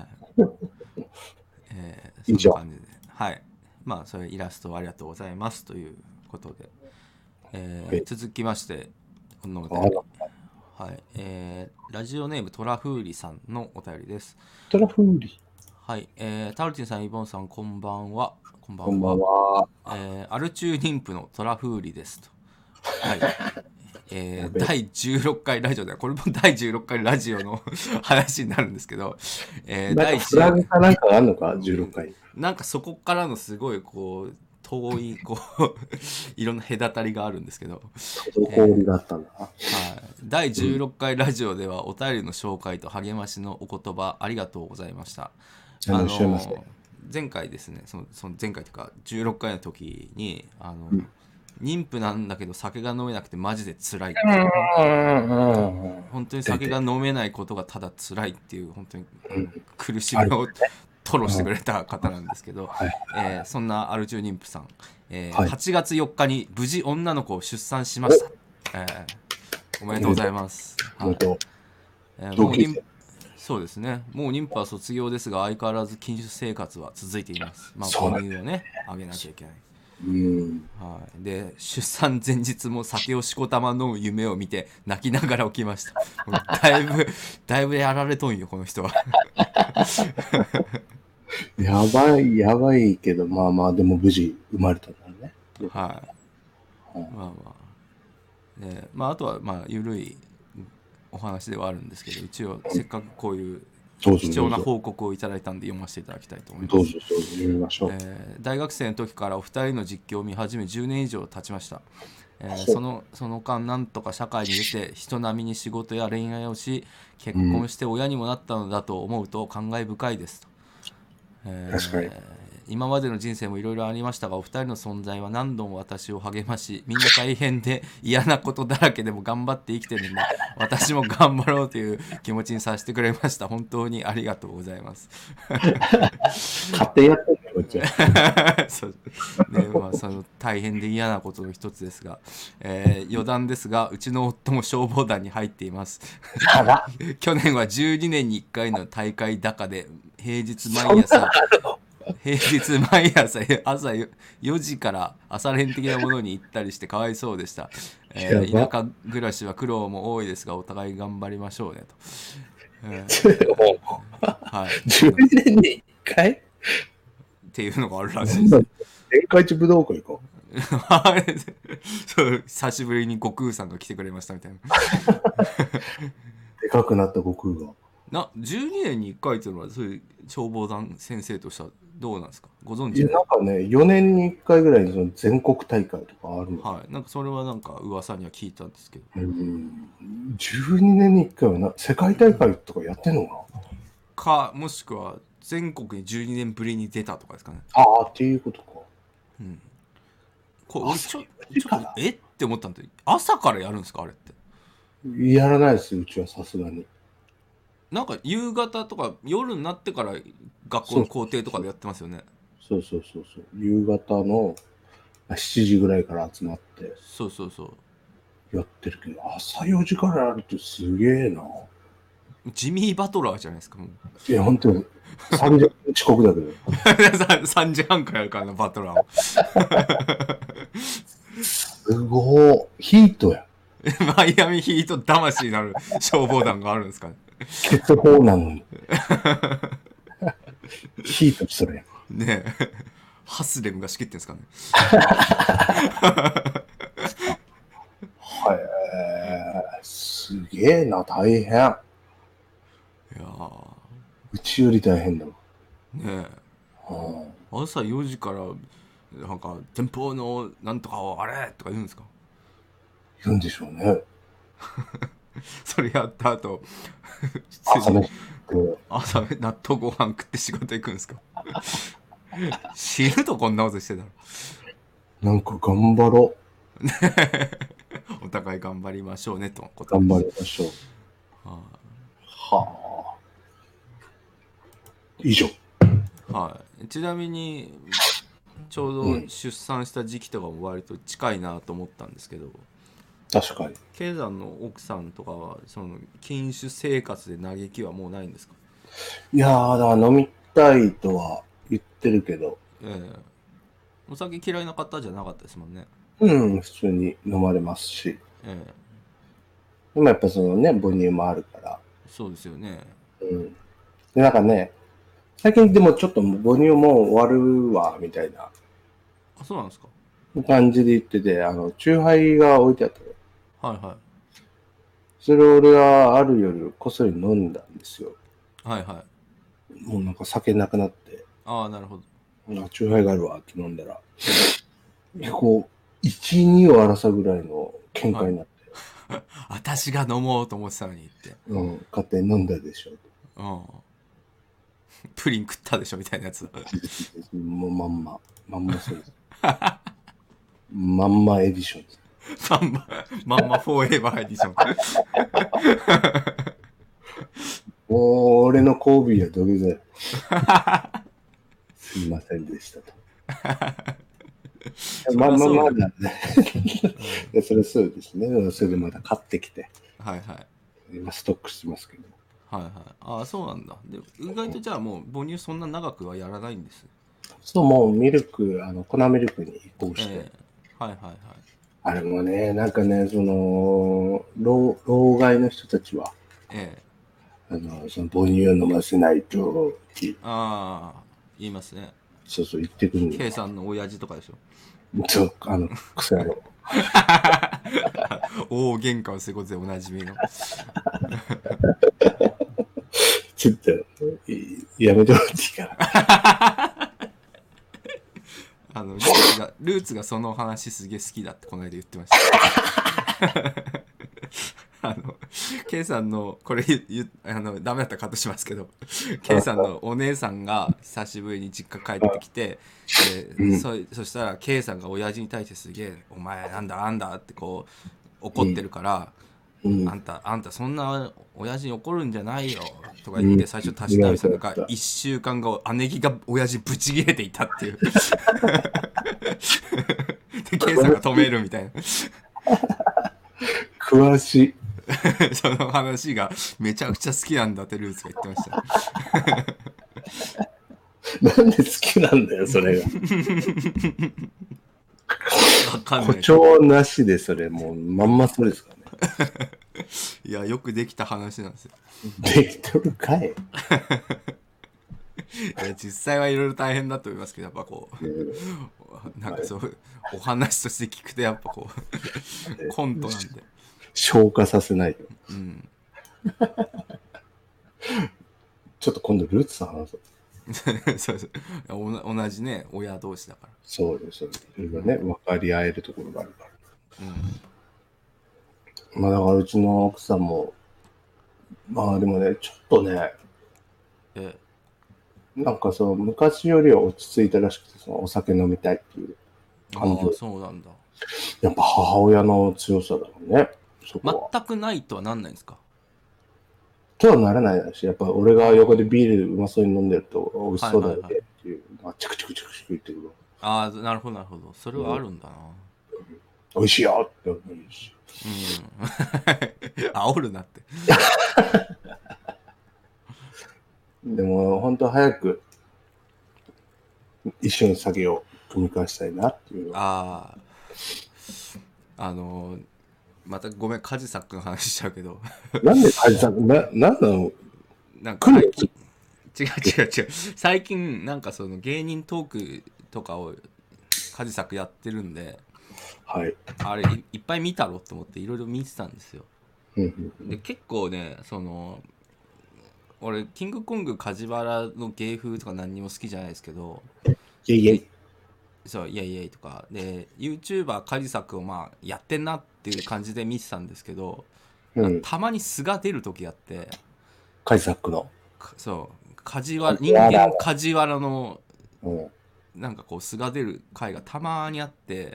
えー、そんな感じで、はい、まあそれイラストありがとうございますということで、えー、続きましてこのお便り、はい、えー、ラジオネームトラフーリさんのお便りです。 トラフーリ、 はい、えー、タルティンさん、イボンさん、こんばんは。こんばんは。 こんばんは。 えー、アルチュー妊婦のトラフーリですと。はい。えー、だいじゅうろっかいラジオでは、これもだいじゅうろっかいラジオの話になるんですけど、えー、 なんかフラグかなんかあるのか、じゅうろっかい。 なんかそこからのすごいこう、遠いこういろんな隔たりがあるんですけど、 滞りがあったんだ、 えーはい、だいじゅうろっかいラジオではお便りの紹介と励ましのお言葉ありがとうございました。あのー、前回ですね、そのその前回というかじゅうろっかいの時にあの、うん、妊婦なんだけど酒が飲めなくてマジで辛いっていう、本当に酒が飲めないことがただ辛いっていう本当に、うん、苦しみを吐露してくれた方なんですけど、えー、そんなアルチュー妊婦さん、えーはい、はちがつよっかに無事女の子を出産しました。えー、おめでとうございます。はい、えー、もう妊そうですね、もう妊婦は卒業ですが相変わらず禁酒生活は続いています。まあ母乳をねあげなきゃいけない。うんはい、で出産前日も酒をしこたま飲む夢を見て泣きながら起きました。だいぶだいぶやられとんよこの人は。 やばいやばいけど、まあまあでも無事生まれたんだね。 はい、うん、まあまあ、ね、まああとはまあゆるいお話ではあるんですけど、一応せっかくこういう貴重な報告をいただいたんで読ませていただきたいと思います。 どうぞどうぞ読みましょう。 えー、大学生の時からお二人の実況を見始めじゅうねん以上経ちました。えー、そのその間なんとか社会に出て人並みに仕事や恋愛をし結婚して親にもなったのだと思うと感慨深いですと。えー、 確かに今までの人生もいろいろありましたがお二人の存在は何度も私を励まし、みんな大変で嫌なことだらけでも頑張って生きてるんで私も頑張ろうという気持ちにさせてくれました。本当にありがとうございます。 勝手にやってるねこっちは。 そうね、まあ、その大変で嫌なことの一つですが、えー、余談ですがうちの夫も消防団に入っています。去年はじゅうにねんにいっかいの大会高で平日毎朝平日毎朝朝よじから朝練的なものに行ったりしてかわいそうでした。えー、田舎暮らしは苦労も多いですがお互い頑張りましょうねと。えーはい、 じゅうにねんにいっかいっていうのがあるらしいです。 天下一武道会か。 そう久しぶりに悟空さんが来てくれましたみたいな。 でかくなった悟空が。 なじゅうにねんにいっかいというのはそういう消防団先生としてはどうなんですか、ご存知？ いやなんかねよねんにいっかいぐらいにその全国大会とかあるの。 はい、なんかそれはなんか噂には聞いたんですけど、 うんじゅうにねんにいっかいはな世界大会とかやってんのかな、 かもしくは全国にじゅうにねんぶりに出たとかですかね。 ああっていうことか。 うん、これ俺ちょちょっとえって思ったんで朝からやるんですかあれって。 やらないですうちはさすがに。 なんか夕方とか夜になってから学校の校庭とかでやってますよね。 そうそうそうそう夕方のしちじぐらいから集まってそうそうそうやってるけど朝よじからやるってすげえな。 ジミー・バトラーじゃないですかもう。 いや本当にさんじゅっぷん遅刻だけどさんじはんからやるからなバトラーを。 すごーヒートや。 マイアミヒート魂になる消防団があるんですかね。 欠法なのにヒートそれねえハスレムが仕切ってんですかね。 はい、すげえな大変。いやうちより大変だわねえ、はあ、朝よじからなんか前方のなんとかをあれとか言うんですか。 言うんでしょうね。 それやった後朝ね朝納豆ご飯食って仕事行くんですか。 死ぬとこんなことしてたの。 なんか頑張ろお互い頑張りましょうねとう。 こと頑張りましょう。 ははあ。以上。 あ、はい、ちなみにちょうど出産した時期とかも割と近いなと思ったんですけど、 確かに。 ケイさんの奥さんとかはその禁酒生活で嘆きはもうないんですか？ いやー、だから飲みたいとは言ってるけど。 ええ、お酒嫌いな方じゃなかったですもんね。 うん、普通に飲まれますし。 ええ、 でもやっぱそのね、母乳もあるから。 そうですよね。 うん。で、なんかね、最近でもちょっと母乳もう終わるわ、みたいなあ、そうなんですか。 感じで言ってて、あの、チューハイが置いてあったの。 はいはそれを俺がある夜こっそり飲んだんですよ。 いはいはい。 もうなんか酒なくなって。 ああ、なるほど。 なんかチューハイがあるわって飲んだら、結構、いち、にを争うぐらいの喧嘩になって。 はい、私が飲もうと思ってたのにって。 うん、勝手に飲んだでしょ。 うん。プリン食ったでしょみたいなやつ。 もうまんま、まんまそうです。まんまエディションです。 まんま、まんまフォーエバーエディション。 もう俺のコービーは土下座よ。すいませんでしたと。まあまあまだね。それそうですね。それでまた買ってきて。 はいはい。 今ストックしてますけど。 はいはい。ああ、そうなんだ。で、意外とじゃあもう母乳そんな長くはやらないんです。 そう、もうミルク、あの粉ミルクに移行して。 えー、はいはいはい。 あれもね、なんかね、その、老老害の人たちは、 ええー、あの、その母乳を飲ませないと、 ああ、言いますね。 そうそう言ってくるの。 K さんの親父とかでしょ。 そう、あの、クソ野郎。 大喧嘩をすることでおなじみの。 ちょっと、やめてもらっていいかな。 あのルーツが、ルーツがその話すげえ好きだってこの間言ってました。あの、K さんの、これ言あの、ダメだったらカットしますけど、K さんのお姉さんが久しぶりに実家帰ってきて、で、うん、そ, そしたら K さんが親父に対してすげえ、お前なんだなんだってこう怒ってるから、うん、あんた、あんたそんな親父に怒るんじゃないよとか言って、最初たしなみさんがいっしゅうかんご、姉貴が親父ぶち切れていたっていう。で、K さんが止めるみたいな。 詳しい。 その話がめちゃくちゃ好きなんだってルーツが言ってました。 なんで好きなんだよ、それが。 わかんない。 誇張なしでそれ、もうまんまそうですからね。 いや、よくできた話なんですよ。 できとるかい。 いや実際はいろいろ大変だと思いますけど、やっぱこう、なんかそう、お話として聞くとやっぱこう、コントなんで。 消化させないよ。 うん。 ちょっと今度ルーツさん話そう。 そうそうお同じね、親同士だから。 そうです、そうです。それがね、分かり合えるところがあるから。うん。まあだからうちの奥さんも、まあでもね、ちょっとね、 ええ、なんかそう、昔よりは落ち着いたらしくて、そのお酒飲みたいっていう感じ。 そうなんだ。 やっぱ母親の強さだもんね。 全くないとはなんないんですか？ とはならないだし、やっぱ俺が横でビールうまそうに飲んでると美味しそうだよねっていう、まあ、チクチクチクチク言ってくる。 ああ、なるほどなるほど。それはあるんだな。 うん、美味しいよって思うし。 うん。煽るなって。 でも本当早く一緒に酒を組み交わしたいなっていう。 ああ。あのー。またごめん、カジサックの話しちゃうけど。 なんでカジサックな、なんなのなんか最近、違う違う違う。最近、なんかその芸人トークとかをカジサックやってるんで、 はい。 あれい、いっぱい見たろと思っていろいろ見てたんですよ。で、結構ね、その、俺、キングコング梶原の芸風とか何にも好きじゃないですけど、 イェイイェイ。 そう、イエイイエイとかで YouTuber カジサックをまあやってんなっていう感じで見てたんですけど、うん、たまに素が出る時あってカジサックのそう梶原人間梶原のなんかこう素が出る回がたまにあって、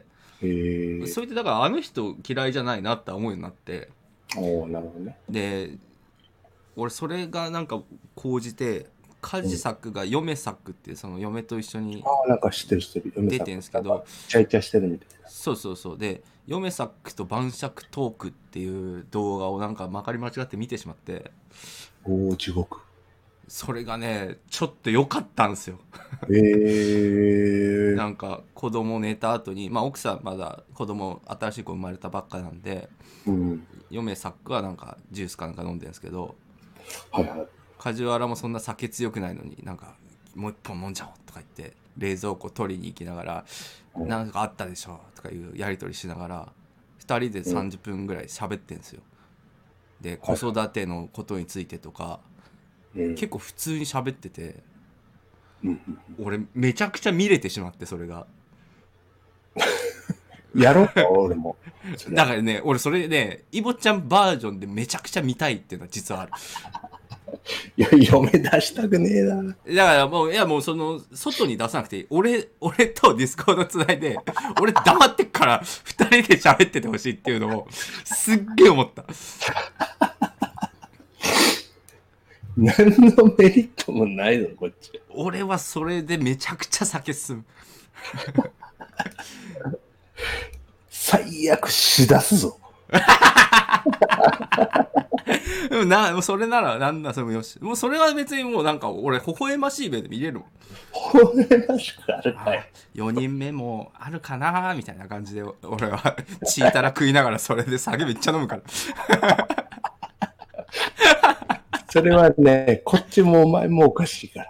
へー。 それでだからあの人嫌いじゃないなって思うようになって、 おー、なるほどね。 で俺それがなんか高じてカジサックが嫁サックっていうその嫁と一緒にああ、なんか知ってる知ってる。嫁さ出てんすけど、 チャイチャしてるみたいな。 そうそうそうで嫁サックと晩酌トークっていう動画をなんかまかり間違って見てしまって、 おお、地獄。 それがねちょっと良かったんですよ。 へえ。 なんか子供寝た後に、まあ奥さんまだ子供新しい子生まれたばっかなんで、 うん。 嫁サックはなんかジュースかなんか飲んでるんですけど、 はいはい。 梶原もそんな酒強くないのになんかもう一本飲んじゃおうとか言って冷蔵庫取りに行きながら、 うんなんかあったでしょとかいうやり取りしながらふたりでさんじゅっぷんぐらい喋ってんですよ。で子育てのことについてとか、 うん、 結構普通に喋ってて、 うん俺めちゃくちゃ見れてしまって、それがやろうか、俺も。 だからね俺それねイボちゃんバージョンでめちゃくちゃ見たいっていうのは実はある。 いや、嫁出したくねえな。 だからもういやもうその外に出さなくていい。俺俺とディスコードつないで俺黙ってっからふたりで喋っててほしいっていうのをすっげえ思った。 何のメリットもないのこっち。 俺はそれでめちゃくちゃ酒進む。 最悪しだすぞ。 でもなもうそれならなんだそれもよし。もうそれは別にもうなんか俺微笑ましい目で見れるもん。 微笑ましくあるかい。 よにんめもあるかなみたいな感じで俺はチータラ食いながらそれで酒めっちゃ飲むから。 それはね、こっちもお前もおかしいから。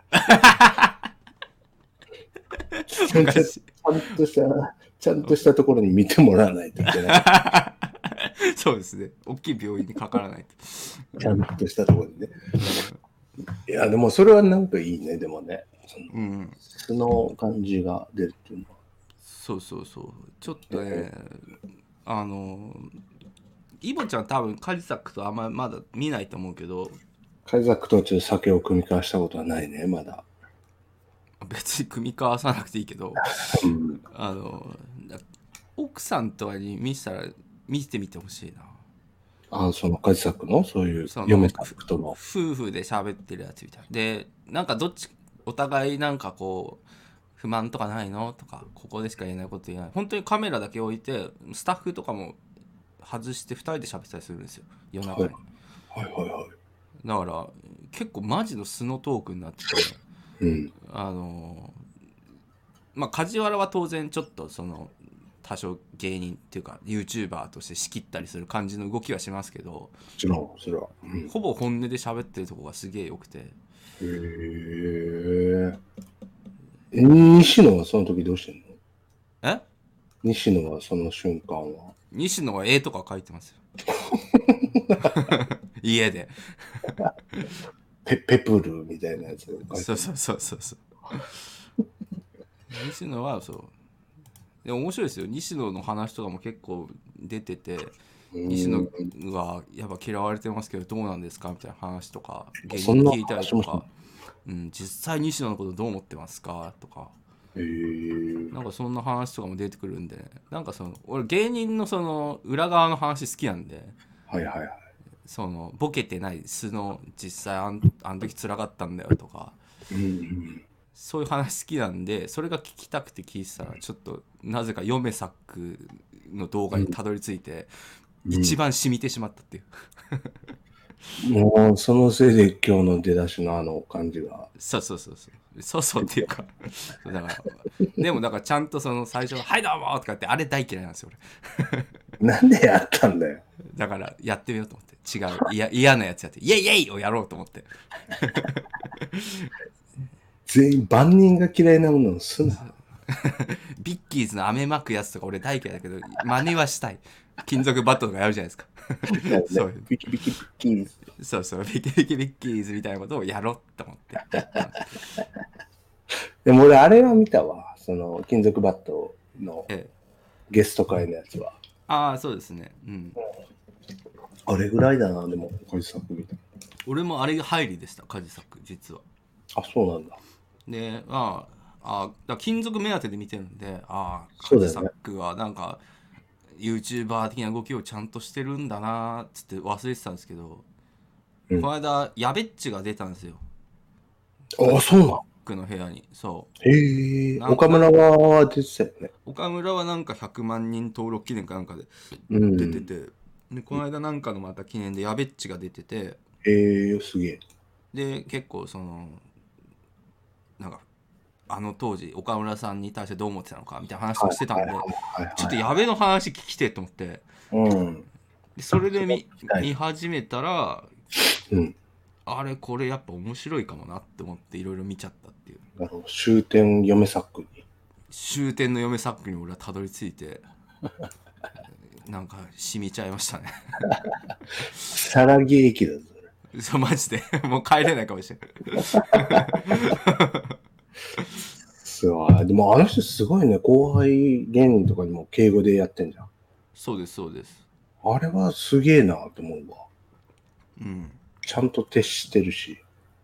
ちゃんとした、ちゃんとしたところに見てもらわないといけない。 そうですね。大きい病院にかからないと。 ちゃんとしたところにね。いや、でもそれはなんかいいね、でもね。その、 うん、 素の感じが出るっていうのは。 そうそうそう。ちょっとね、あの、イボちゃん多分カジサックとあんままだ見ないと思うけど、 カイザックとちょっと酒を組み交わしたことはないね、まだ。 別に組み交わさなくていいけど、 うん、 あの、奥さんとかに見せたら見てみてほしいな。 あ、そのカイザックのそういうその嫁サックとの。 夫婦で喋ってるやつみたいで、なんかどっちお互いなんかこう不満とかないのとか、ここでしか言えないこと言えない、本当にカメラだけ置いてスタッフとかも外してふたりで喋ったりするんですよ、夜中に。 はいはいはいはい。 だから結構マジの素のトークになってて、 うん、 あのまあ梶原は当然ちょっとその多少芸人っていうか YouTuber として仕切ったりする感じの動きはしますけど、もちろんそれは、うん、 ほぼ本音で喋ってるとこがすげえ良くて。 へえ。西野はその時どうしてんの？ え？ 西野はその瞬間は西野は絵とか描いてますよ。家でペペプルみたいなやつを描いて。 そうそうそうそうそう。西野はそうで面白いですよ。西野の話とかも結構出てて、西野はやっぱ嫌われてますけどどうなんですかみたいな話とか芸人聞いたりとか、うん、実際西野のことどう思ってますかとか、 へー、 なんかそんな話とかも出てくるんで、なんかその俺芸人のその裏側の話好きなんで、 はいはいはい。 そのボケてない素の実際あんあの時辛かったんだよとか、 うんうん、 そういう話好きなんで、それが聞きたくて聞いてたらちょっとなぜか嫁サックの動画にたどり着いて、うん、一番染みてしまったっていう、 もうそのせいで今日の出だしのあの感じがそうそうそうそうそうそうっていうかだからでもだからちゃんとその最初のはいどうもとかってあれ大嫌いなんですよ俺。なんでやったんだよ。 だからやってみようと思って、違ういや嫌なやつやってイエイイエイをやろうと思って全員万人が嫌いなものをすな。 ビッキーズの飴巻くやつとか俺大嫌いだけど真似はしたい。金属バットとかやるじゃないですか。そう、 ビキビキビッキーズ。 そうそう、ビキビキビッキーズみたいなことをやろうと思って。 でも俺あれは見たわ。その金属バットのゲスト会のやつは。 ええ、ああそうですね。うん。 あれぐらいだな、でもカジサックみたいな。 俺もあれが入りでした、カジサック実は。 あ、そうなんだ。 で、まああだから金属目当てで見てるんで、ああカそうだよねジサックはなんか YouTuber 的な動きをちゃんとしてるんだなーっつって忘れてたんですけど、 うんこの間やべっちが出たんですよ、 ああ、そうなの。 僕の部屋に。そへえ。 なんか岡村は出てたよね。 う岡村はなんかひゃくまん人登録記念かなんかでうん。 出てて、でこの間なんかのまた記念でやべっちが出てて、 へえ、すげえ。 で結構そのなんかあの当時岡村さんに対してどう思ってたのかみたいな話をしてたんで、 はいはいはいはいちょっとやべの話聞きてえと思って、 うん。 でそれで見聞きたい見始めたら、 うん。 あれこれやっぱ面白いかもなって思っていろいろ見ちゃったっていう。 なるほど。終点嫁作に。 終点の嫁サックに俺はたどり着いてなんか染みちゃいましたねさらぎ駅だぞ。 そうマジでもう帰れないかもしれないすごい。でもあの人すごいね。後輩芸人とかにも敬語でやってんじゃん。 そうですそうです。 あれはすげえなと思うわ。 うんちゃんと徹してるし。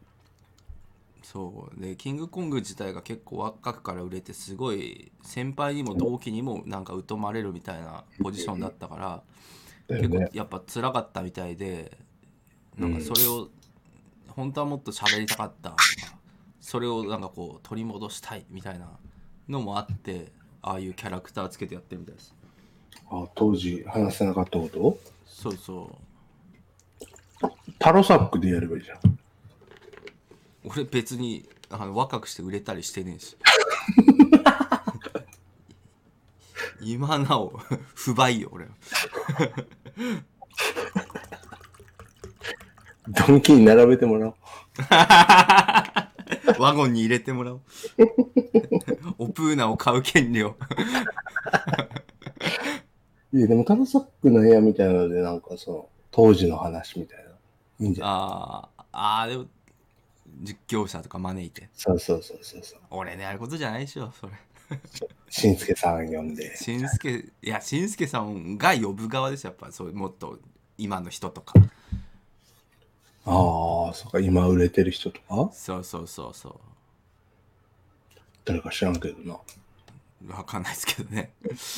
そうでキングコング自体が結構若くから売れて、すごい先輩にも同期にもなんか疎まれるみたいなポジションだったから、 だよね。 結構やっぱ辛かったみたいで、なんかそれを本当はもっと喋りたかったとか、それをなんかこう取り戻したいみたいなのもあって、ああいうキャラクターつけてやってるみたいです。 あ、当時話せなかったこと？ そうそう。 タロサックでやればいいじゃん。 俺別にあの若くして売れたりしてねえし今なお不買よ俺はドンキに並べてもらおう。 ワゴンに入れてもらおうオプーナを買う権利をいや、でもタロサックの部屋みたいなので、なんかその、当時の話みたいな。いいんじゃん。 あーあーでも実況者とか招いて、 そうそうそうそうそう。 俺ねやることじゃないでしょそれ。 しんすけさん呼んで。 しんすけいやしんすけさんが呼ぶ側ですよ、やっぱそういうもっと今の人とか。 ああ、そっか、今売れてる人とかそうそうそうそ誰か知らんけどな。 うわかんないですけどね。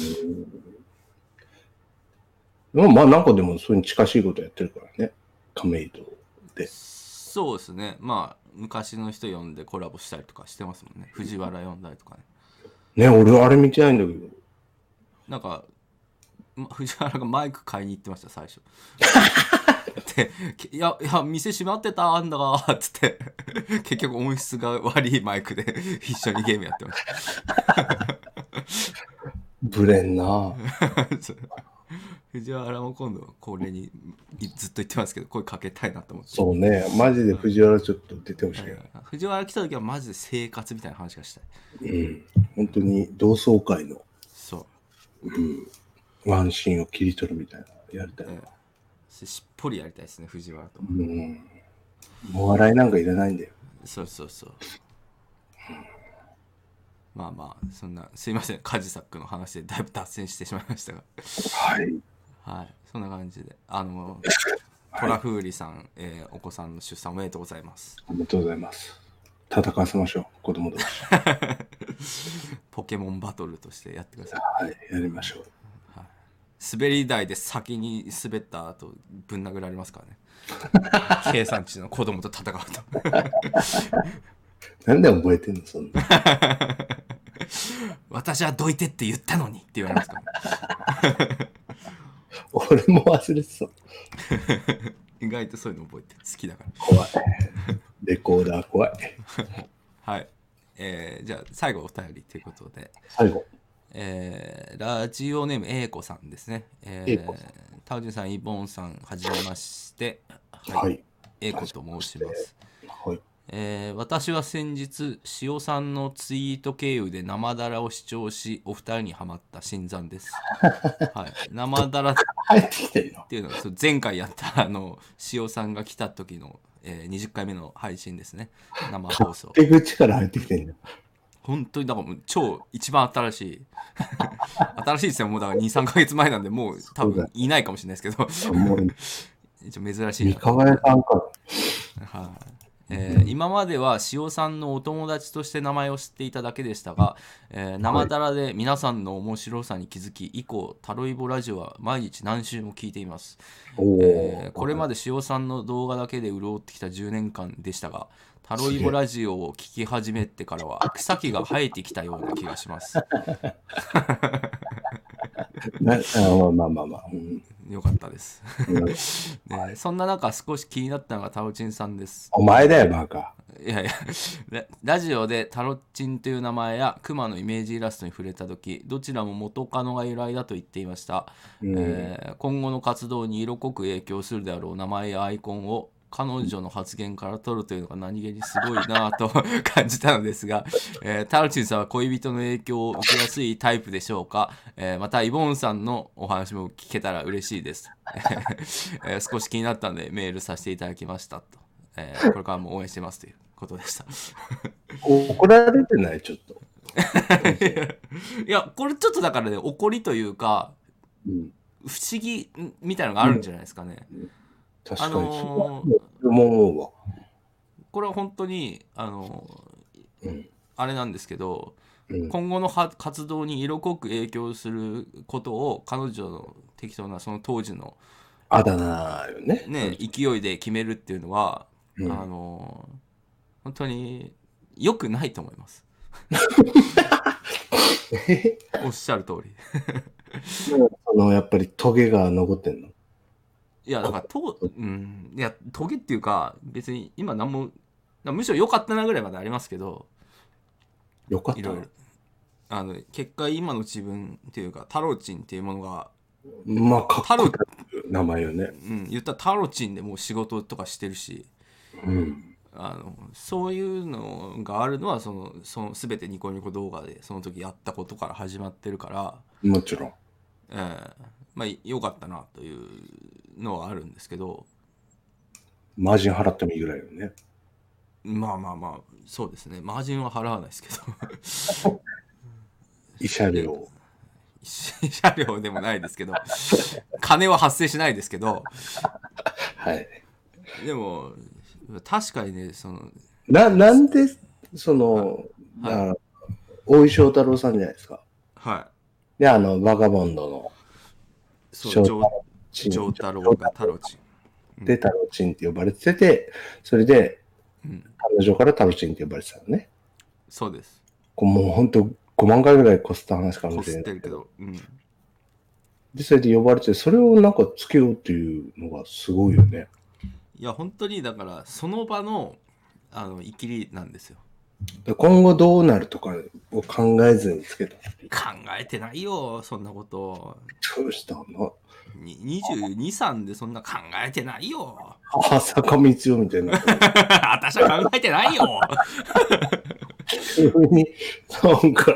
でもまあなんかでもそれに近しいことやってるからね。亀戸で。 そうですね、まあ昔の人呼んでコラボしたりとかしてますもんね。藤原呼んだりとかね。 ね、俺あれ見てないんだけど。 なんかま藤原がマイク買いに行ってました最初で、いやいや店閉まってたんだがっつって結局音質が悪いマイクで一緒にゲームやってましたブレんな。 藤原も今度これにずっと言ってますけど声かけたいなと思って。 そうね、マジで藤原ちょっと出てほしいよ。 藤原来た時はマジで生活みたいな話がしたい。 うん。本当に同窓会の、 そう、 うん、ワンシーンを切り取るみたいなやりたいな。 ええ、しっぽりやりたいですね藤原と。 うん。もう笑いなんかいらないんだよ。 そうそうそう。まあまあそんなすいませんカジサックの話でだいぶ脱線してしまいましたがはいはいそんな感じであのトラフーリさん、えー、お子さんの出産おめでとうございます。 おめでとうございます。戦わせましょう子供同士。 ポケモンバトルとしてやってください。 はい、やりましょう。 はい、滑り台で先に滑った後ぶん殴られますからね計算値の子供と戦うとなんで覚えてんのそんな。 私はどいてって言ったのにって言われますからね俺も忘れてた。 意外とそういうの覚えてる好きだから怖い。レコーダー怖い。 はい、えー、じゃあ最後お便りということで最後、 えー、ラジオネーム A 子さんですね。えー、 A 子さんタウジンさん、イボンさん、はじめまして。はい。 はい、 A 子と申します。 はい。 えー、私は先日、塩さんのツイート経由で生だらを視聴し、お二人にハマった新参です。はい、生だらっ入ってきてるよ。 ていうのは、そう前回やったあの塩さんが来た時の、えー、にじゅっかいめの配信ですね。生放送。 出口から入ってきてるよ。 本当にだからもう超一番新しい新しいですよ。もうだからにさんかげつまえなんでもう多分いないかもしれないですけどもう一応珍しいな。 三河屋さんか。 はえー今までは塩さんのお友達として名前を知っていただけでしたが、えー生だらで皆さんの面白さに気づき以降タロイボラジオは毎日何週も聞いています。 おえーーこれまで塩さんの動画だけで潤ってきたじゅうねんかんでしたが、タロイボラジオを聞き始めてからは草木が生えてきたような気がします。 なあまあまあまあまあ。うんよかったです、 うんね、そんな中少し気になったのがタロチンさんです。 お前だよ、バカ。 いやいやララジオでタロチンという名前やクマのイメージイラストに触れた時、どちらも元カノが由来だと言っていました、 うんえー今後の活動に色濃く影響するであろう名前やアイコンを彼女の発言から取るというのが何気にすごいなぁと感じたのですが、えータロチンさんは恋人の影響を受けやすいタイプでしょうか、えーまたイボンさんのお話も聞けたら嬉しいです、えー少し気になったのでメールさせていただきましたと、えーこれからも応援してますということでした怒られてないちょっと。 いやこれちょっとだからね怒りというかうん、 不思議みたいなのがあるんじゃないですかね、 確かに。 あのーそれも思うわ。 これは本当にあのーうんあれなんですけど、 うん今後のは活動に色濃く影響することを彼女の適当なその当時の、 あだ名よね。 ね、勢いで決めるっていうのは、 うんあのー本当に良くないと思いますおっしゃる通りそのやっぱりトゲが残ってんの。 いやだからと、うん、いやトゲっていうか別に今何もむしろ良かったなぐらいまでありますけど、 よかった。 いろいろあの結果今の自分っていうかタロチンっていうものが、 まあ、かっこいい名前よね。 うん、言ったらタロチンでもう仕事とかしてるし、 うん。 あのそういうのがあるのはそのその全てニコニコ動画でその時やったことから始まってるから、 もちろん。 えーまあ良かったなというのはあるんですけど、 マージン払ってもいいぐらいよね。 まあまあまあそうですね、マージンは払わないですけど慰謝料。 慰謝料でもないですけど金は発生しないですけど、 はい。 でも確かにねそのな、なんで、その、 はいあ大井翔太郎さんじゃないですか。 はいで、あの、バカボンドのそう翔ジョジョー太郎がタロチンでタロチンって呼ばれてて、それで、 うん彼女からタロチンって呼ばれてたのね。 そうです。 こうもう本当ごまんかいぐらいこすった話かもこしれない。 すってるけど、うん、 で、それで呼ばれて、それをなんかつけようっていうのがすごいよね。 いや本当にだからその場のあのイキリなんですよ。 で今後どうなるとかを考えずにつけたっていう。 考えてないよそんなこと。 どうしたの？ ににじゅうに、さんでそんな考えてないよ。 あ、坂道よみたいな。 私は考えてないよ。 急に、なんか、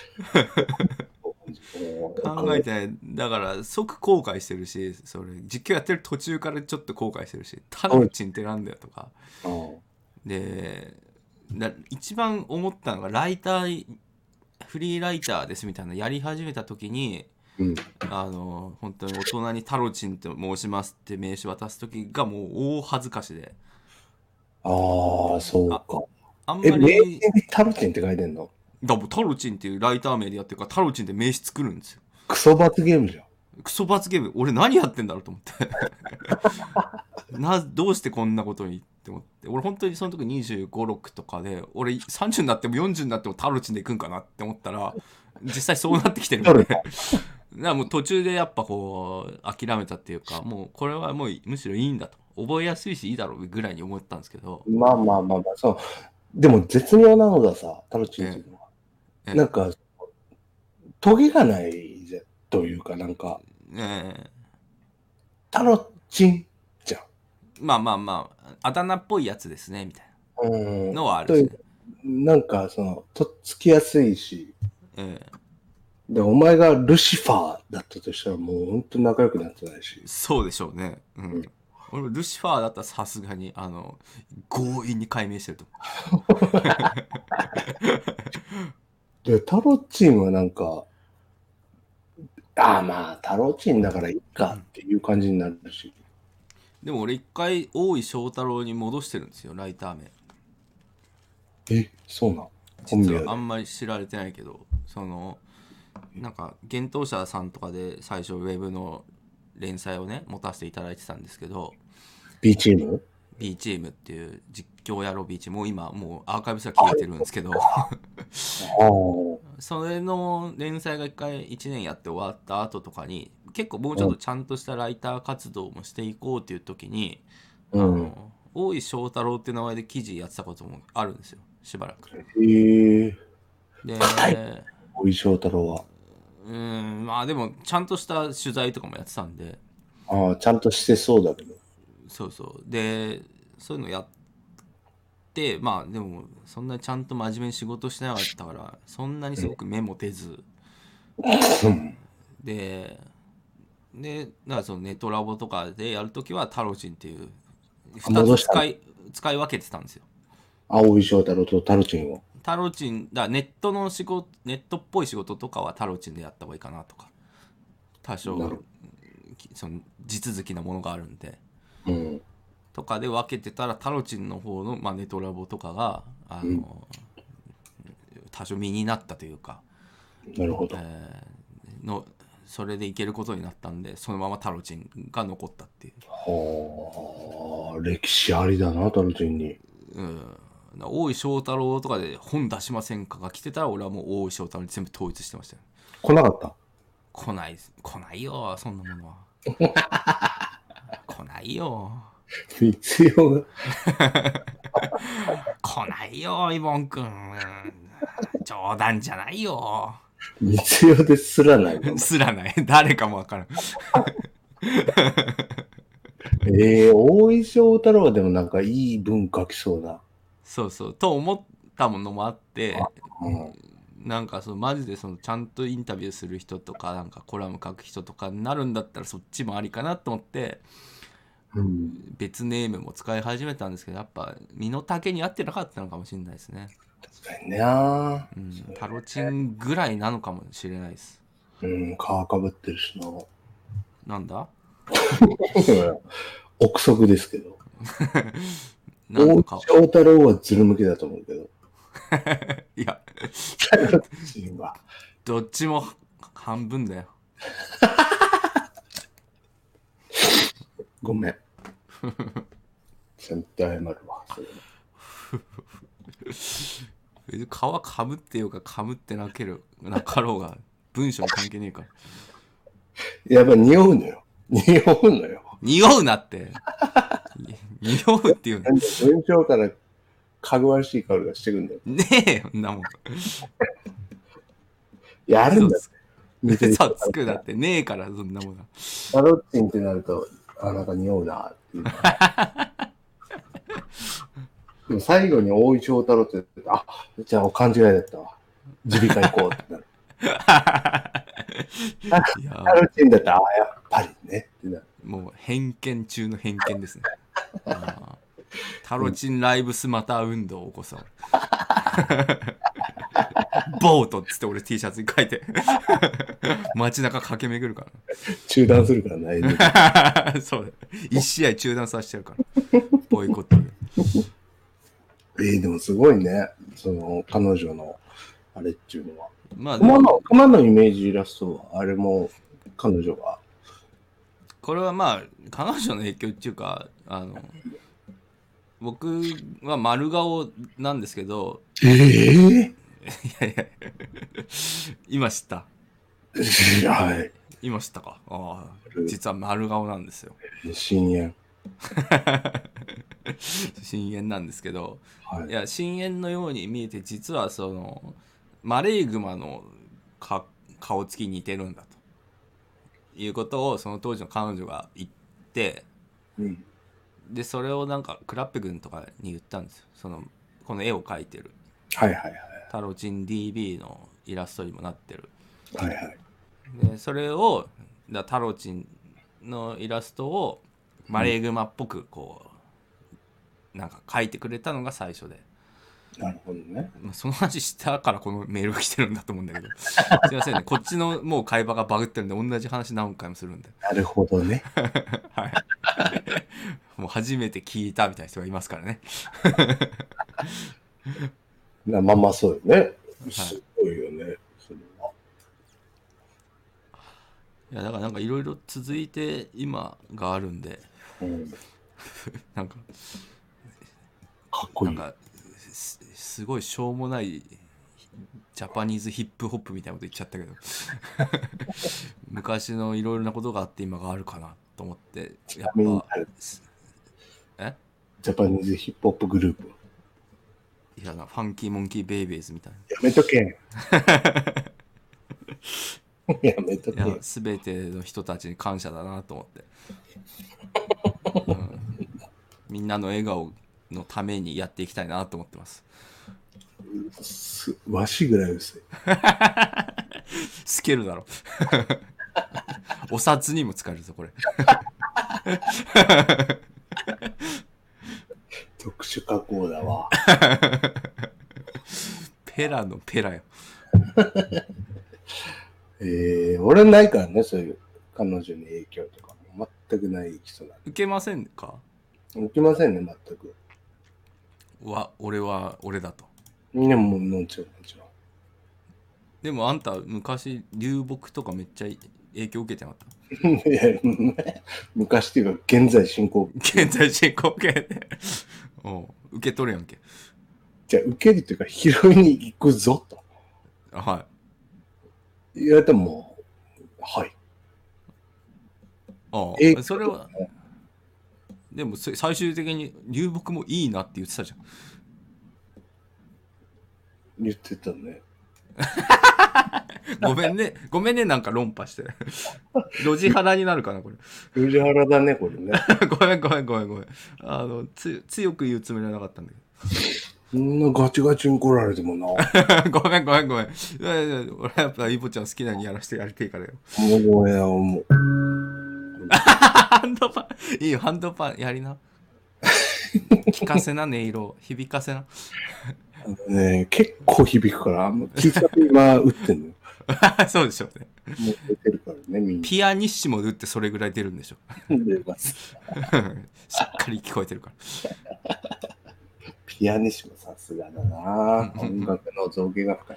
考えてない。だから即後悔してるし、それ実況やってる途中からちょっと後悔してるし、タロチンってなんだよとか。で、だ一番思ったのがライターフリーライターですみたいなのやり始めた時に、 うん、 あの本当に大人にタロチンと申しますって名刺渡す時がもう大恥ずかしで。 ああ、そうか。 あんまえ、名り刺にタロチンって書いてんの？ だもうタロチンっていうライター名でやってるからタロチンって名刺作るんですよ。 クソ罰ゲームじゃん。 クソ罰ゲーム、俺何やってんだろうと思ってなどうしてこんなことにって思って、俺本当にその時にじゅうご、ろくとかで俺さんじゅうになってもよんじゅうになってもタロチンでいくんかなって思ったら実際そうなってきてるんでだからもう途中でやっぱこう諦めたっていうか、もうこれはもうむしろいいんだと、覚えやすいしいいだろうぐらいに思ったんですけど、 まあまあまあまあ、そう。でも絶妙なのがさ、タロチンっていうのは、 ええなんか、トゲがないぜというか、なんか、 ええタロチンじゃん。 まあまあまああだ名っぽいやつですねみたいうんなのはあるし、ね、 なんか、その、とっつきやすいし、 ええで、お前がルシファーだったとしたら、もう本当に仲良くなってないし。 そうでしょうね。うん。 うん俺ルシファーだったらさすがにあの強引に解明してるとで、タロチンはなんか、ああまあ、タロチンだからいいかっていう感じになるし。 でも俺一回大井翔太郎に戻してるんですよライター名。 え、そうなん。 実はあんまり知られてないけど、そのなんか幻冬舎さんとかで最初ウェブの連載をね持たせていただいてたんですけど、 B チーム B チームっていう実況やろう B チームもう今もうアーカイブスは消えてるんですけどそれの連載が一回いちねんやって終わった後とかに結構もうちょっとちゃんとしたライター活動もしていこうっていう時に、うん、あの大井翔太郎っていう名前で記事やってたこともあるんですよ、しばらく。 へえ。 で、 大井翔太郎はうん、まあでもちゃんとした取材とかもやってたんで、 ああ、ちゃんとしてそうだけど。 そうそうでそういうのやってまあでもそんなにちゃんと真面目に仕事してなかったからそんなにすごく目も出ず、うん、ででだからそのネトラボとかでやるときはタロチンっていうふたつ使い使い分けてたんですよ。 大井翔太郎とタロチンを。 タロチンだネットの仕事ネットっぽい仕事とかはタロチンでやった方がいいかなとか、多少その地続きなものがあるんで、うん、とかで分けてたらタロチンの方の、まあ、ネトラボとかがあの、うん、多少身になったというか、 なるほど、 えー、のそれでいけることになったんでそのままタロチンが残ったっていう。 はあ、歴史ありだなタロチンに。 うん、大井翔太郎とかで本出しませんかが来てたら俺はもう大井翔太郎に全部統一してましたよ。 来なかった？ 来ない来ないよそんなものは来ないよ必要が来ないよイボン君、冗談じゃないよ。 必要ですらないすらない誰かもわからんえー、大井翔太郎はでもなんかいい文書きそうな。 そうそうと思ったものもあって、うん、なんかそのマジでそのちゃんとインタビューする人とかなんかコラム書く人とかになるんだったらそっちもありかなと思って、うん、別ネームも使い始めたんですけどやっぱ身の丈に合ってなかったのかもしれないですね。 確かにね、うん、 タロチンぐらいなのかもしれないです。 うん、皮かぶってるしな。 なんだ憶測ですけど大井翔太郎はズル向きだと思うけどいやどっちも半分だよごめんちゃんと謝るわ皮かぶってようかかぶってなけるなかろうが文章に関係ねえからやっぱ匂うのよ匂うのよ匂うなって匂うっていうの文章からかぐわしい香りがしてくんだよねえよそんなもんやるんだって嘘つくだってねえからそんなもんタロッチンってなるとあなんか匂うなっていうでも最後に大井翔太郎って言ってあじゃあ勘違いだったわ耳鼻科行こうってなるタロッチンだったらあやっぱりねってなる。 もう偏見中の偏見ですねタロチンライブスマター運動を起こそうボートっつって俺 T シャツに書いて街中駆け巡るから中断するからねそうだ一試合中断させちゃうからボイコットでえー、でもすごいねその彼女のあれっていうのはまあ熊の熊のイメージイラストはあれも彼女がこれはまあ彼女の影響っていうかあの僕は丸顔なんですけどええー、いやいや今知ったはい今知ったかああ実は丸顔なんですよ深淵深淵なんですけど、 はい、 いや深淵のように見えて実はそのマレーグマのか顔つきに似てるんだということをその当時の彼女が言って、うん、でそれをなんかクラッペ君とかに言ったんですよそのこの絵を描いてる、 はいはいはい、 タロチン ディービー のイラストにもなってる、 はいはい、 でそれをだタロチンのイラストをマレーグマっぽくこう、うん、なんか描いてくれたのが最初でなるほどね。 その話したからこのメールが来てるんだと思うんだけどすいませんねこっちのもう会話がバグってるんで同じ話何回もするんでなるほどねはいもう初めて聞いたみたいな人がいますからねなまあまあそうよね。すごいよね。それは。 いやだからなんかいろいろ続いて今があるんで、 うん、 なんかかっこいい。 なんか す, すごいしょうもないジャパニーズヒップホップみたいなこと言っちゃったけど昔のいろいろなことがあって今があるかなと思ってやっぱえジャパニーズヒップホップグループ。 いやなファンキーモンキーベイベーズみたいやめとけ。やめとけ。 な。いや全ての人たちに感謝だなと思って、うん、みんなの笑顔のためにやっていきたいなと思ってます。 すわしぐらい薄い。 スケルだろお札にも使えるぞこれ特殊加工だわ。 ペラのペラよ。 えー、俺ないからね、そういう彼女に影響とか全くない人なんで。 受けませんか？ 受けませんね、全く。 わ俺は俺だと。 いやもうもちろんもちろん。 でもあんた昔流木とかめっちゃ影響受けてなかった？ いや昔っていうか現在進行現在進行形でお受け取るやんけ。 じゃあ受けるっていうか拾いに行くぞとは言われてもはい。 ああそれはでも最終的に流木もいいなって言ってたじゃん。 言ってたね。 ごめんねごめんねなんか論破して路地腹になるかなこれ。 路地腹だねこれね。 ごめんごめんごめんごめんあのつ強く言うつもりはなかったんだけど。 そんなガチガチに来られてもな。 ごめんごめんごめん。いやいや俺やっぱイボちゃん好きなようにやらせてやりていからよ。 もうごめんもう。 ハンドパンいいよハンドパンやりな。聞かせな音色響かせな。 あのね結構響くから聞いたと今打ってんのよ。 そうでしょうね。 もう出てるからねみんな。 ピアニッシモで打ってそれぐらい出るんでしょ。 出ます。 しっかり聞こえてるから。 ピアニッシモさすがだな。音楽の造形が深い。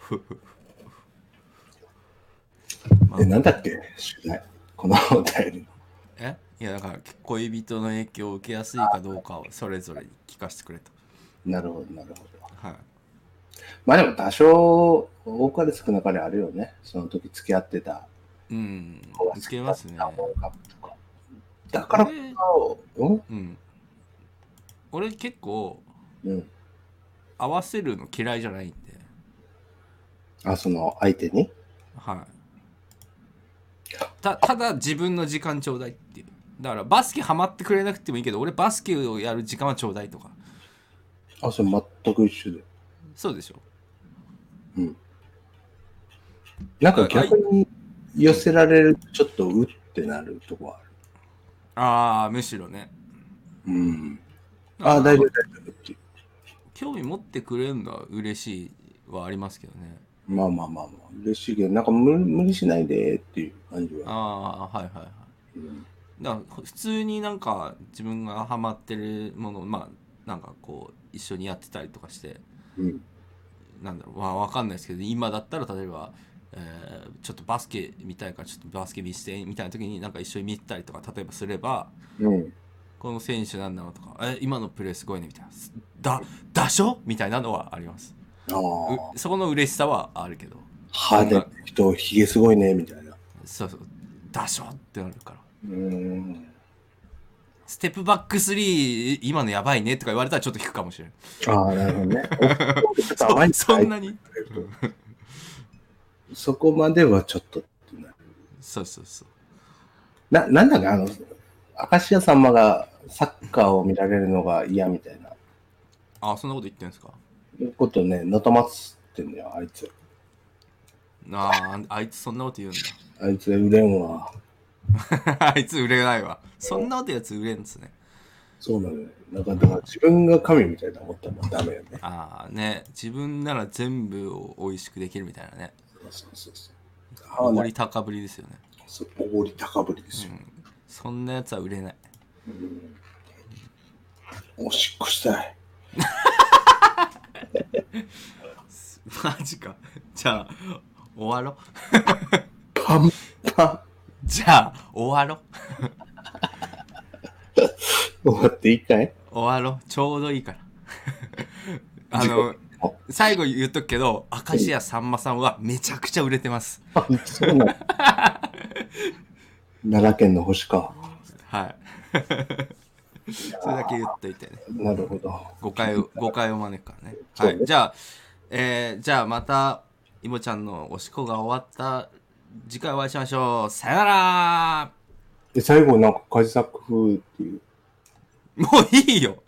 え、なんだっけ主題このお便りの。 えいやだから恋人の影響を受けやすいかどうかをそれぞれ聞かせてくれと。 なるほどなるほど。 はい。 まあでも多少多かれ少なかれあるよね。その時付き合ってた。 うん受けますね。 だからこそ、うん、 うん、俺結構、 うん、 合わせるの嫌いじゃないんで。 あ、その相手にはい。た, ただ自分の時間ちょうだいっていう。だからバスケハマってくれなくてもいいけど俺バスケをやる時間はちょうだいとか。 あ、それ全く一緒で。 そうでしょ。 うん。なんか逆に寄せられるとちょっとうってなるとこある。 ああむしろね。 うん。ああ大丈夫大丈夫っていう。 興味持ってくれるのは嬉しいはありますけどね。 まあまあまあまあ嬉しいけどなんか 無, 無理しないでっていう感じは。 ああはいはいはい。うん、だから普通になんか自分がハマってるものまあなんかこう一緒にやってたりとかして、 うん、 なんだろう、まあ、分かんないですけど今だったら例えば、えー、ちょっとバスケ見たいからちょっとバスケ見せてみたいな時になんか一緒に見たりとか例えばすれば、 うん、この選手なんだろうとかえ今のプレーすごいねみたいなだだしょみたいなのはあります。あそこの嬉しさはあるけど派手な人ひげすごいねみたいなそうそうだしょってなるからうーんステップバックスリー今のやばいねとか言われたらちょっと引くかもしれない。 ああなるほどねそ, そんなにそこまではちょっとってなる。 そうそうそうな、なんだかあの明石家さんまがサッカーを見られるのが嫌みたいなあそんなこと言ってんですかいうことねのたまつってんだよあいつ。 あああいつそんなこと言うんだあいつ売れんわあいつ売れないわそんなことやつ売れんですね。 そうなのよ。だから、だから自分が神みたいな思ったらダメよね。 ああね自分なら全部を美味しくできるみたいなね。 そうそうそうそうおごり高ぶりですよね。 そうおごり高ぶりですよ、 うん、そんなやつは売れない、 うん、おしっこしたいマジか。じゃあ終わろパンパン。 じゃあ終わろ終わっていいかい？ 終わろちょうどいいからあの最後言っとくけど、明石家さんまさんはめちゃくちゃ売れてます。 あ、そうなの奈良県の星か。 はいそれだけ言っといてね。 なるほど。 誤解を誤解を招くからね。 そうねはい。じゃあ、えー、じゃあまたイモちゃんのおしっこが終わった次回お会いしましょう。さよなら。 で、最後なんかカジサック風っていう。 もういいよ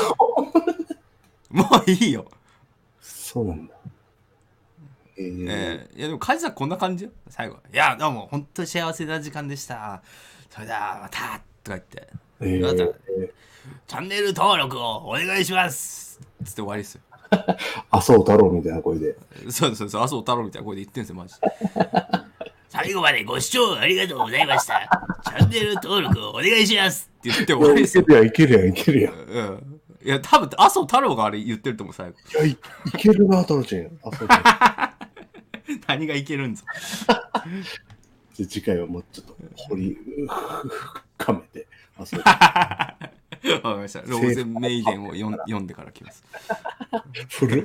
もういいよ。 そうなんだ。えー、 えー、いやでもカジサこんな感じよ最後。いやどうも本当に幸せな時間でした。それではまたとか言って、 えー、 またチャンネル登録をお願いしますつって終わりですよ。 麻生太郎みたいな声で。 そうそうそう、麻生太郎みたいな声で言ってんすよマジで。最後までご視聴ありがとうございました。チャンネル登録をお願いしますって言って終わりですよ。 いけるやん、いけるやん、いけるやん。 うん。いや、多分麻生太郎があれ言ってると思う、最後。 いや、い, いけるな、太郎ちゃん。麻生太郎。 何がいけるんぞ。 で次回はもうちょっと掘り深めて。麻生太郎。 わかりました。ローゼンメイデンを読ん読んでから来ます。 古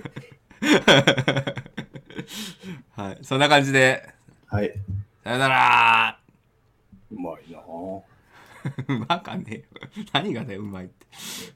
はい、そんな感じで。 はい。 さよなら。 うまいなぁ。 うまかねえよ。何がだよ、うまいって。